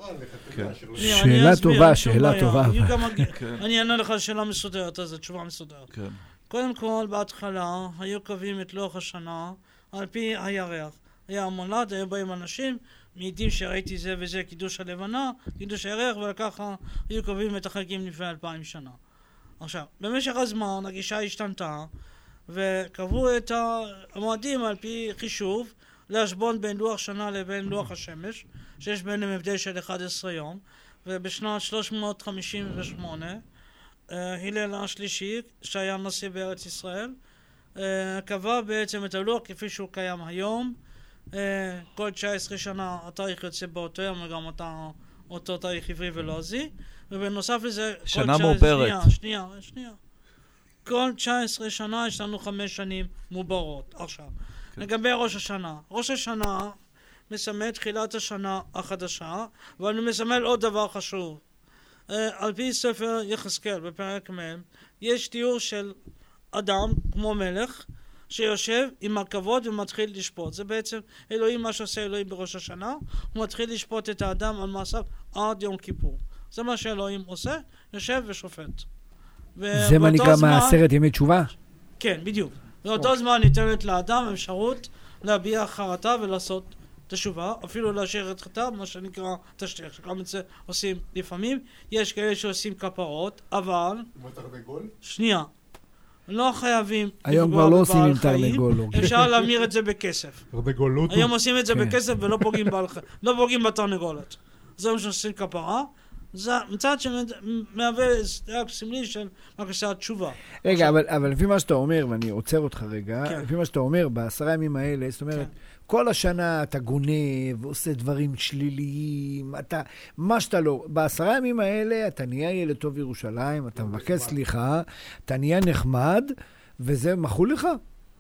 שאלה טובה, שאלה טובה. אני אענה לך שאלה מסודרת, אז זו תשובה מסודרת. קודם כל, בהתחלה, היו קובעים את לוח השנה על פי הירח. היה המולד, היו באים אנשים, מעידים שראיתי זה וזה, קידוש הלבנה, קידוש הירח, וככה היו קובעים את החגים לפני אלפיים שנה. עכשיו, במשך הזמן הגישה השתנתה, וקבעו את המועדים על פי חישוב, להשבון בין לוח שנה לבין לוח השמש, שיש ביניהם הבדל של אחד עשר יום, ובשנת שלוש מאות חמישים ושמונה, הלל השלישי, שהיה נשיא בארץ ישראל, קבע בעצם את הלוח כפי שהוא קיים היום. כל תשע עשרה שנה התאריך יוצא באותו יום, וגם אותו תאריך עברי ולועזי, ובנוסף לזה... שנה מעוברת. שנייה, שנייה, שנייה. כל תשע עשרה שנה יש לנו חמש שנים מעוברות. עכשיו, לגבי ראש השנה. ראש השנה מסמל תחילת השנה החדשה, אבל הוא מסמל עוד דבר חשוב. על פי ספר יחזקאל בפרק מ' יש תיאור של אדם כמו מלך שיושב עם הכבוד ומתחיל לשפוט. זה בעצם אלוהים, מה שעושה אלוהים בראש השנה, הוא מתחיל לשפוט את האדם על מעשיו עד יום כיפור. זה מה שאלוהים עושה, יושב ושופט. זה מה נקרא מעשרת ימי תשובה? כן, בדיוק. באותו זמן ניתנת לאדם אפשרות להביע חרטה ולעשות תשובה, אפילו להשאיר את חטא, מה שנקרא תשליך, שגם את זה עושים לפעמים. יש כאלה שעושים כפרות, אבל... תרנגול? שנייה. לא חייבים היום כבר לא עושים עם תרנגול. אפשר להמיר את זה בכסף. תרנגולות? היום עושים את זה בכסף ולא פוגעים לא פוגעים בתרנגולת. זה מה שעושים כפרה. זה מצד שמהווה סמלי של בקשת תשובה. רגע, אבל לפי מה שאתה אומר, ואני עוצר אותך רגע, לפי מה שאתה אומר, בעשרה ימים האלה, זאת אומרת, כל השנה אתה גונב ועושה דברים שליליים, אתה, מה שאתה לא, בעשרה ימים האלה אתה נהיה ילד טוב ירושלים, אתה מבקש סליחה, אתה נהיה נחמד, וזה מחול לך?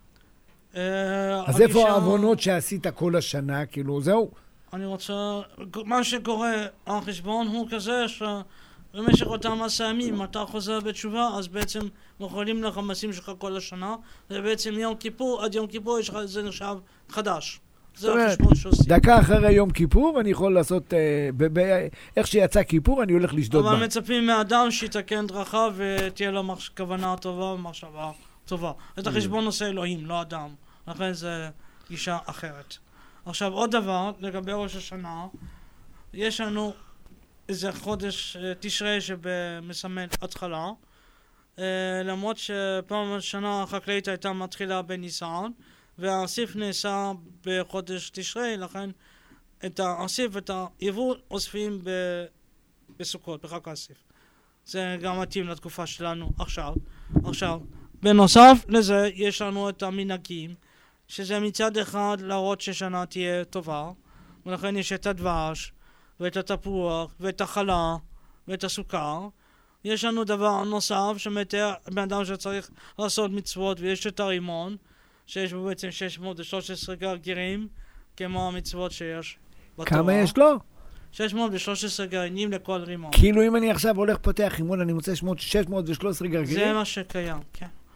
אז איפה העוונות שעשית כל השנה, כאילו, זהו? אני רוצה, מה שקורה על חשבון הוא כזה שבמשך אותם עשרה ימים אתה חוזר בתשובה, אז בעצם מוכלים לך מעשים שלך כל השנה, ובעצם יום כיפור, עד יום כיפור יש לך, זה נחשב חדש. זה החשבון שעושים. דקה אחרי יום כיפור ואני יכול לעשות, איך שיצא כיפור אני הולך לשדוד בה. אבל מצפים מהאדם שיתקן דרכה ותהיה לו כוונה טובה ומחשבה טובה. את החשבון עושה אלוהים, לא אדם. לכן זה גישה אחרת. עכשיו עוד דבר, לגבי ראש השנה, יש לנו איזה חודש תשרי שמסמל התחלה, למרות שפעם השנה החקלאית הייתה מתחילה בניסן, והאסיף נעשה בחודש תשרי, לכן את האסיף ואת היבול אוספים ב- בסוכות, בחג האסיף. זה גם מתאים לתקופה שלנו עכשיו. עכשיו, בנוסף לזה יש לנו את המנהגים, שזה מצד אחד להראות ששנה תהיה טובה, ולכן יש את הדבש, ואת התפוח, ואת החלה, ואת הסוכר. יש לנו דבר נוסף שמתאר בן אדם שצריך לעשות מצוות, ויש את הרימון, שיש בו בעצם שש מאות ושלוש עשרה גרגירים, כמו המצוות שיש בתורה. כמה יש לו? שש מאות ושלוש עשרה גרעינים לכל רימון. כאילו אם אני עכשיו הולך פותח רימון, אני מוצא שש מאות ושלוש עשרה גרגירים? זה מה שקיים, כן.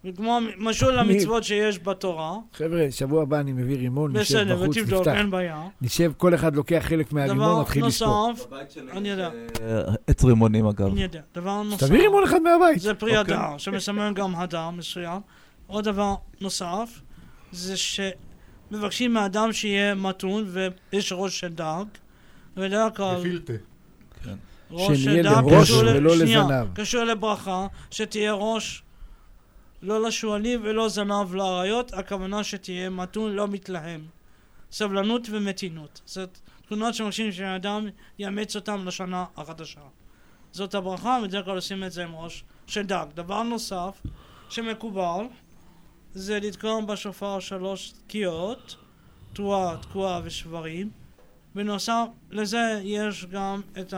כמו משול למצוות שיש בתורה. חבר'ה, שבוע הבא אני מביא רימון, נשב בסדר, בחוץ, ותבדוק, נפתח. אין בעיה. נשב, כל אחד לוקח חלק מהרימון, מתחיל לספור. דבר נוסף, אני יודע. עץ רימונים אגב. אני יודע. דבר נוסף. תביא רימון אחד מהבית. זה פרי הדר, שמסמל גם הדר מסוים. עוד דבר נוסף, זה שמבקשים מהאדם שיהיה מתון, ויש ראש של דג, ובדרך כלל... גפילטה. ראש שנהיה של דג לראש קשור ל- ולא שנייה, לזנב. קשור לברכה, שתהיה ראש לא לשועלים ולא זנב לאריות, הכוונה שתהיה מתון, לא מתלהם. סבלנות ומתינות. זאת תכונות שמבקשים שהאדם יאמץ אותם לשנה החדשה. זאת הברכה, בדרך כלל עושים את זה עם ראש של דג. דבר נוסף שמקובל זה לתקוע בשופר שלוש תקיעות, תרועה, תקועה ושברים. בנוסף לזה יש גם את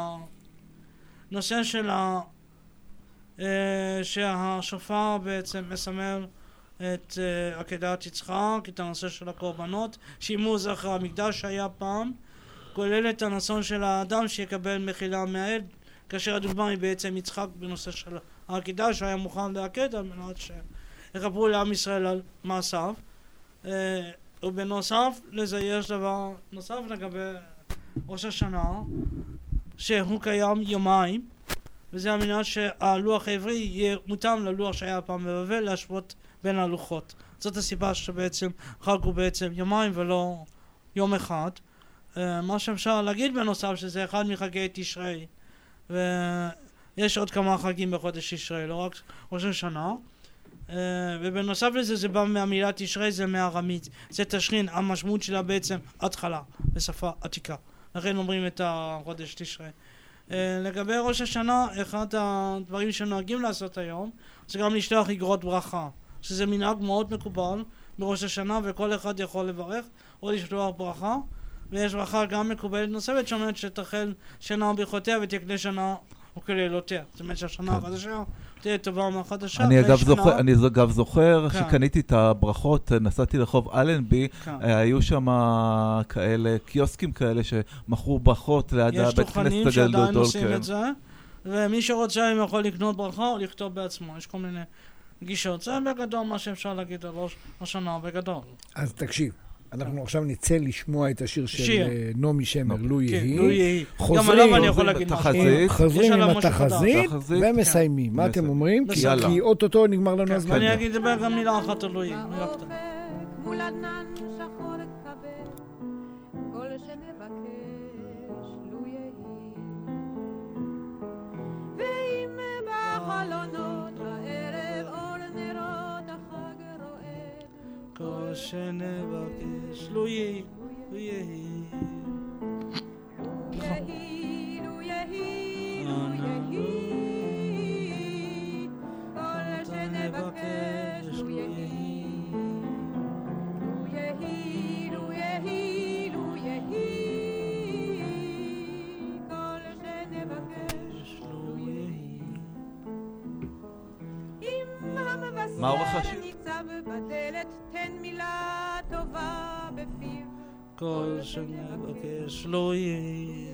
הנושא של ה... אה, שהשופר בעצם מסמל את אה, עקדת יצחק, את הנושא של הקורבנות, שימו זכר המקדש שהיה פעם, כולל את הנושא של האדם שיקבל מחילה מהעד, כאשר הדוגמה היא בעצם יצחק בנושא של העקדה שהיה מוכן לעקד על מנת שיכפרו לעם ישראל על מעשיו. אה, ובנוסף לזה יש דבר נוסף לגבי ראש השנה, שהוא קיים יומיים, וזה על מנת שהלוח העברי יהיה מותאם ללוח שהיה פעם בבבל, להשוות בין הלוחות. זאת הסיבה שבעצם חג הוא בעצם יומיים ולא יום אחד. מה שאפשר להגיד בנוסף שזה אחד מחגי תשרי, ויש עוד כמה חגים בחודש תשרי, לא רק ראש השנה. Uh, ובנוסף לזה זה בא מהמילה תשרי, זה מארמית, זה תשרין, המשמעות שלה בעצם התחלה בשפה עתיקה, לכן אומרים את החודש תשרי. uh, לגבי ראש השנה, אחד הדברים שנוהגים לעשות היום זה גם לשלוח אגרות ברכה, שזה מנהג מאוד מקובל בראש השנה, וכל אחד יכול לברך או לשלוח ברכה, ויש ברכה גם מקובלת נוספת שאומרת שתחל שנה ברכותיה ותקנה שנה וכלילותיה. זאת אומרת שהשנה החדשה תהיה טובה מהחדשה. אני אגב זוכר, אני אגב זוכר שקניתי את הברכות, נסעתי לרחוב אלנבי, היו שם כאלה, קיוסקים כאלה שמכרו ברכות ליד הבית כנסת הגדול. יש תוכנים שעדיין עושים את זה, ומי שרוצה אם יכול לקנות ברכה או לכתוב בעצמו. יש כל מיני גישות. זה בגדול מה שאפשר להגיד על ראש השנה בגדול. אז תקשיב. אנחנו עכשיו נצא לשמוע את השיר של נעמי שמר, לו יהי. חוזרים עם התחזית ומסיימים. מה אתם אומרים? כי אוטוטו נגמר לנו הזמן. אני אגיד דבר גם מילה אחת על לו יהי. מול ענן שחור כבד, כל שנבקש לו יהי. ואם בחלונות הערב אור נרות החג רועד, כל שנבקש לו יהי, לו יהי. לו יהי, לו יהי, לו יהי. כל שנבקש לו יהי. לו יהי, לו יהי. כל שנבקש לו יהי. אם המבשר ניצב בדלת, תן מילה טובה בפיו. כל שנבקש לו יהי.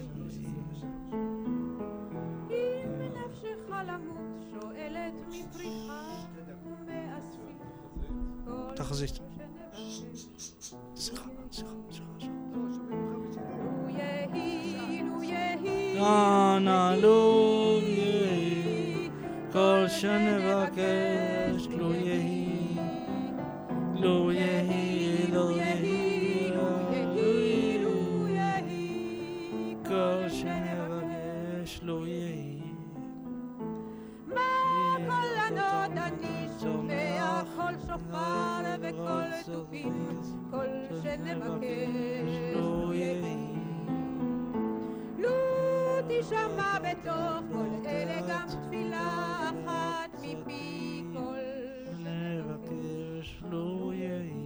אם נפשך למות שואלת מפריחה ומאספים. תחזית. סליחה, סליחה, סליחה. לו יהי, לו יהי. אנא לו יהי. כל שנבקש לו יהי. לו יהי, לו יהי. לו יהי. כל שנבקש לו יהי. מה קולנות אני שומע, כל שופר וכל תופים, כל שנבקש לו יהי. לו תשמע בתוך כל אלה גם תפילה אחת מפי כל שנבקש לו יהי.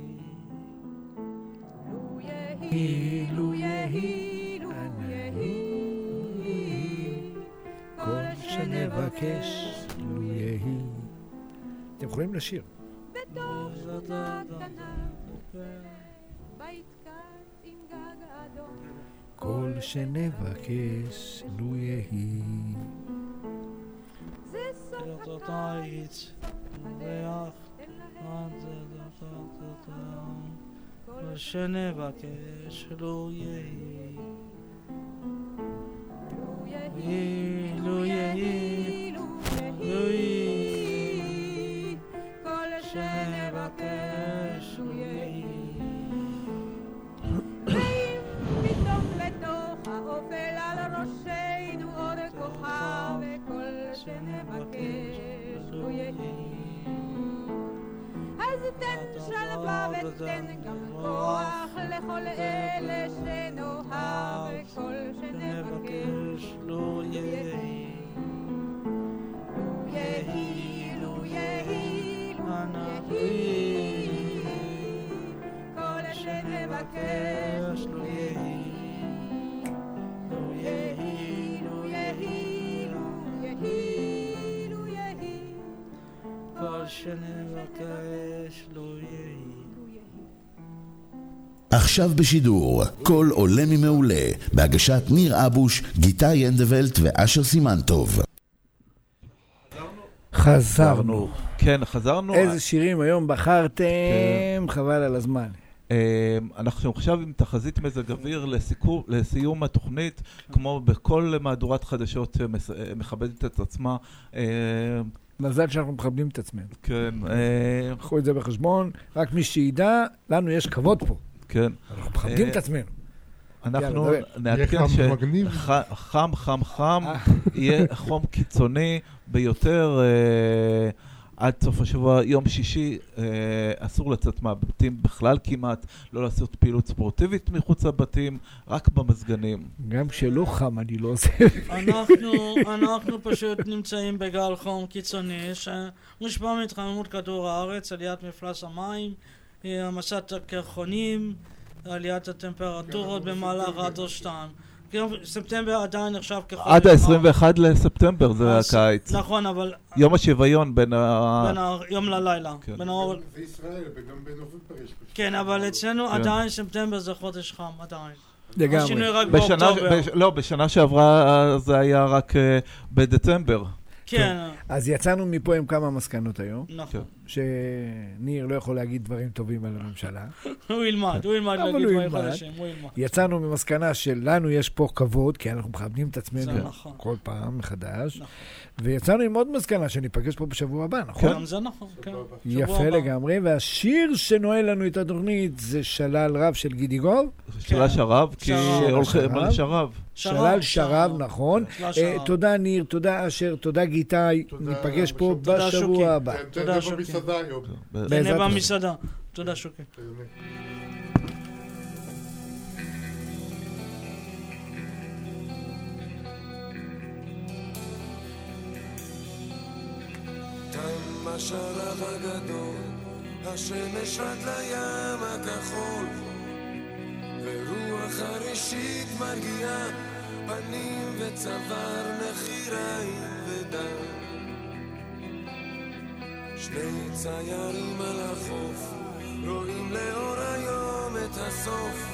לו יהי, לו יהי, לו יהי. כל שנבקש לו יהי. אתם יכולים לשיר. בתוך שכונה קטנה, בית קט עם גג אדום, כל שנבקש לו יהי. זה סוף הקיץ, ויח כל שנבקש לו יהי לו יהי לו יהי כל שנבקש לו יהי פתאום לתוך האופל על ראשנו עוד כוכב וכל שנבקש לו יהי אז תן שלווה ותן גם כוח לכל אלה שנאהב וכל שנבקש לו יהי לו יהי לו יהי לו יהי כל שנבקש לו יהי לו יהי לו יהי לו יהי לו יהי כל שנבקש לו יהי. עכשיו בשידור, כל עולה ממעולה, בהגשת ניר אבוש, גיטה ינדוולט ואשר סימנטוב. חזרנו. כן, חזרנו. איזה שירים היום בחרתם, חבל על הזמן. אנחנו עכשיו עם תחזית מזג אוויר לסיום התוכנית, כמו בכל מהדורת חדשות שמכבדת את עצמה. מזל שאנחנו מכבדים את עצמנו. כן. קחו את זה בחשבון, רק מי שידע, לנו יש כבוד פה. כן. אנחנו מכבדים את עצמנו. אנחנו נעדכן שחם, חם, חם, יהיה חום קיצוני ביותר עד סוף השבוע. יום שישי אסור לצאת מהבתים בכלל כמעט, לא לעשות פעילות ספורטיבית מחוץ לבתים, רק במזגנים. גם כשלא חם אני לא עושה. אנחנו פשוט נמצאים בגל חום קיצוני שמושפע מהתחממות כדור הארץ, עליית מפלס המים, העמסת הקרחונים, עליית הטמפרטורות במהלך עד או שתיים. ספטמבר עדיין נחשב כחודש. עד ה-עשרים ואחד לספטמבר זה הקיץ. נכון, אבל... יום השוויון בין ה... בין היום ללילה. זה ישראל, וגם בנובמבר יש... כן, אבל אצלנו עדיין ספטמבר זה חודש חם, עדיין. לגמרי. שינוי רק באוקטובר. לא, בשנה שעברה זה היה רק בדצמבר. כן. אז יצאנו מפה עם כמה מסקנות היום. נכון. שניר לא יכול להגיד דברים טובים על הממשלה. הוא ילמד, הוא ילמד להגיד דברים חדשים, הוא ילמד. יצאנו ממסקנה שלנו יש פה כבוד, כי אנחנו מכבדים את עצמנו כל פעם מחדש. ויצאנו עם עוד מסקנה שניפגש פה בשבוע הבא, נכון? גם זה נכון, כן. יפה לגמרי, והשיר שנועל לנו את התוכנית זה שלל רב של גידי גוב. שלל שרב, כי הולכים על שרב. שלל שרב, נכון. תודה ניר, תודה אשר, תודה גיטאי. ניפגש פה בשבוע הבא. תודה שוקי. במסעדה היום. תהנה במסעדה. תודה שוקי. תם השלב הגדול, השמש עד לים הכחול, ורוח חרישית מרגיעה פנים וצוואר נחיריים ודם. שני ציירים על החוף רואים לאור היום את הסוף,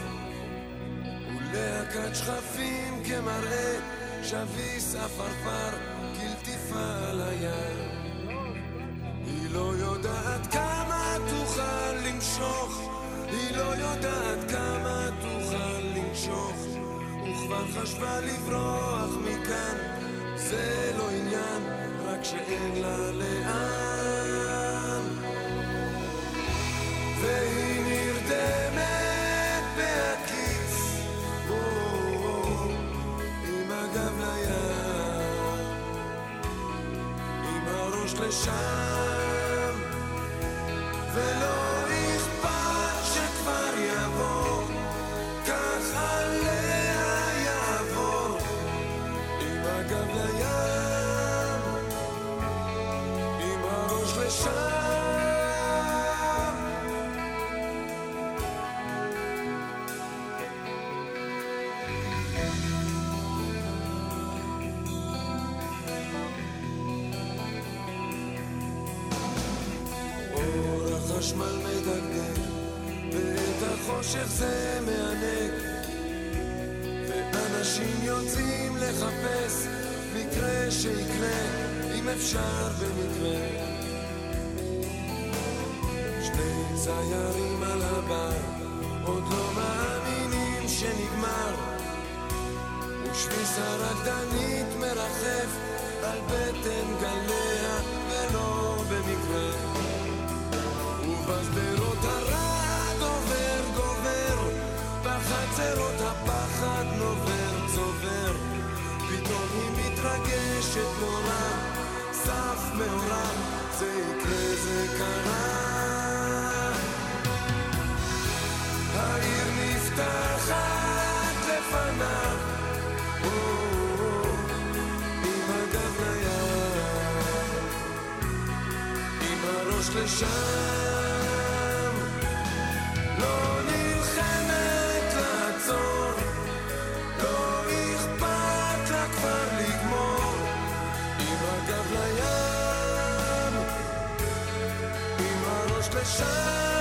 ולהקת שכפים כמראה שביס אפרפר כלטיפה על הים. היא לא יודעת כמה תוכל למשוך, היא לא יודעת כמה תוכל למשוך, וכבר חשבה לברוח מכאן, זה לא עניין, רק שאין לה לאן. והיא נרדמת בהקיץ, עם הגב לים, עם הראש לשם, ולא אכפת שכבר יבוא, כך עליה יעבור, עם הגב לים, עם הראש לשם. אור החשמל מדגדג, ואת החושך זה מענק, ואנשים יוצאים לחפש מקרה שיקרה, אם אפשר במקרה. ציירים על הבר עוד לא מאמינים שנגמר, ושביס הרקדנית מרחף על בטן גליה ולא במקרה, ובשדרות הרעד עובר גובר, בחצרות הפחד נובר צובר, פתאום היא מתרגשת נורא, סף מעורב, זה יקרה זה קרה, העיר נפתחת לפניו, עם הגב לים, עם הראש לשם, לא נלחמת לעצור, לא אכפת לה כבר לגמור, עם הגב לים, עם הראש לשם,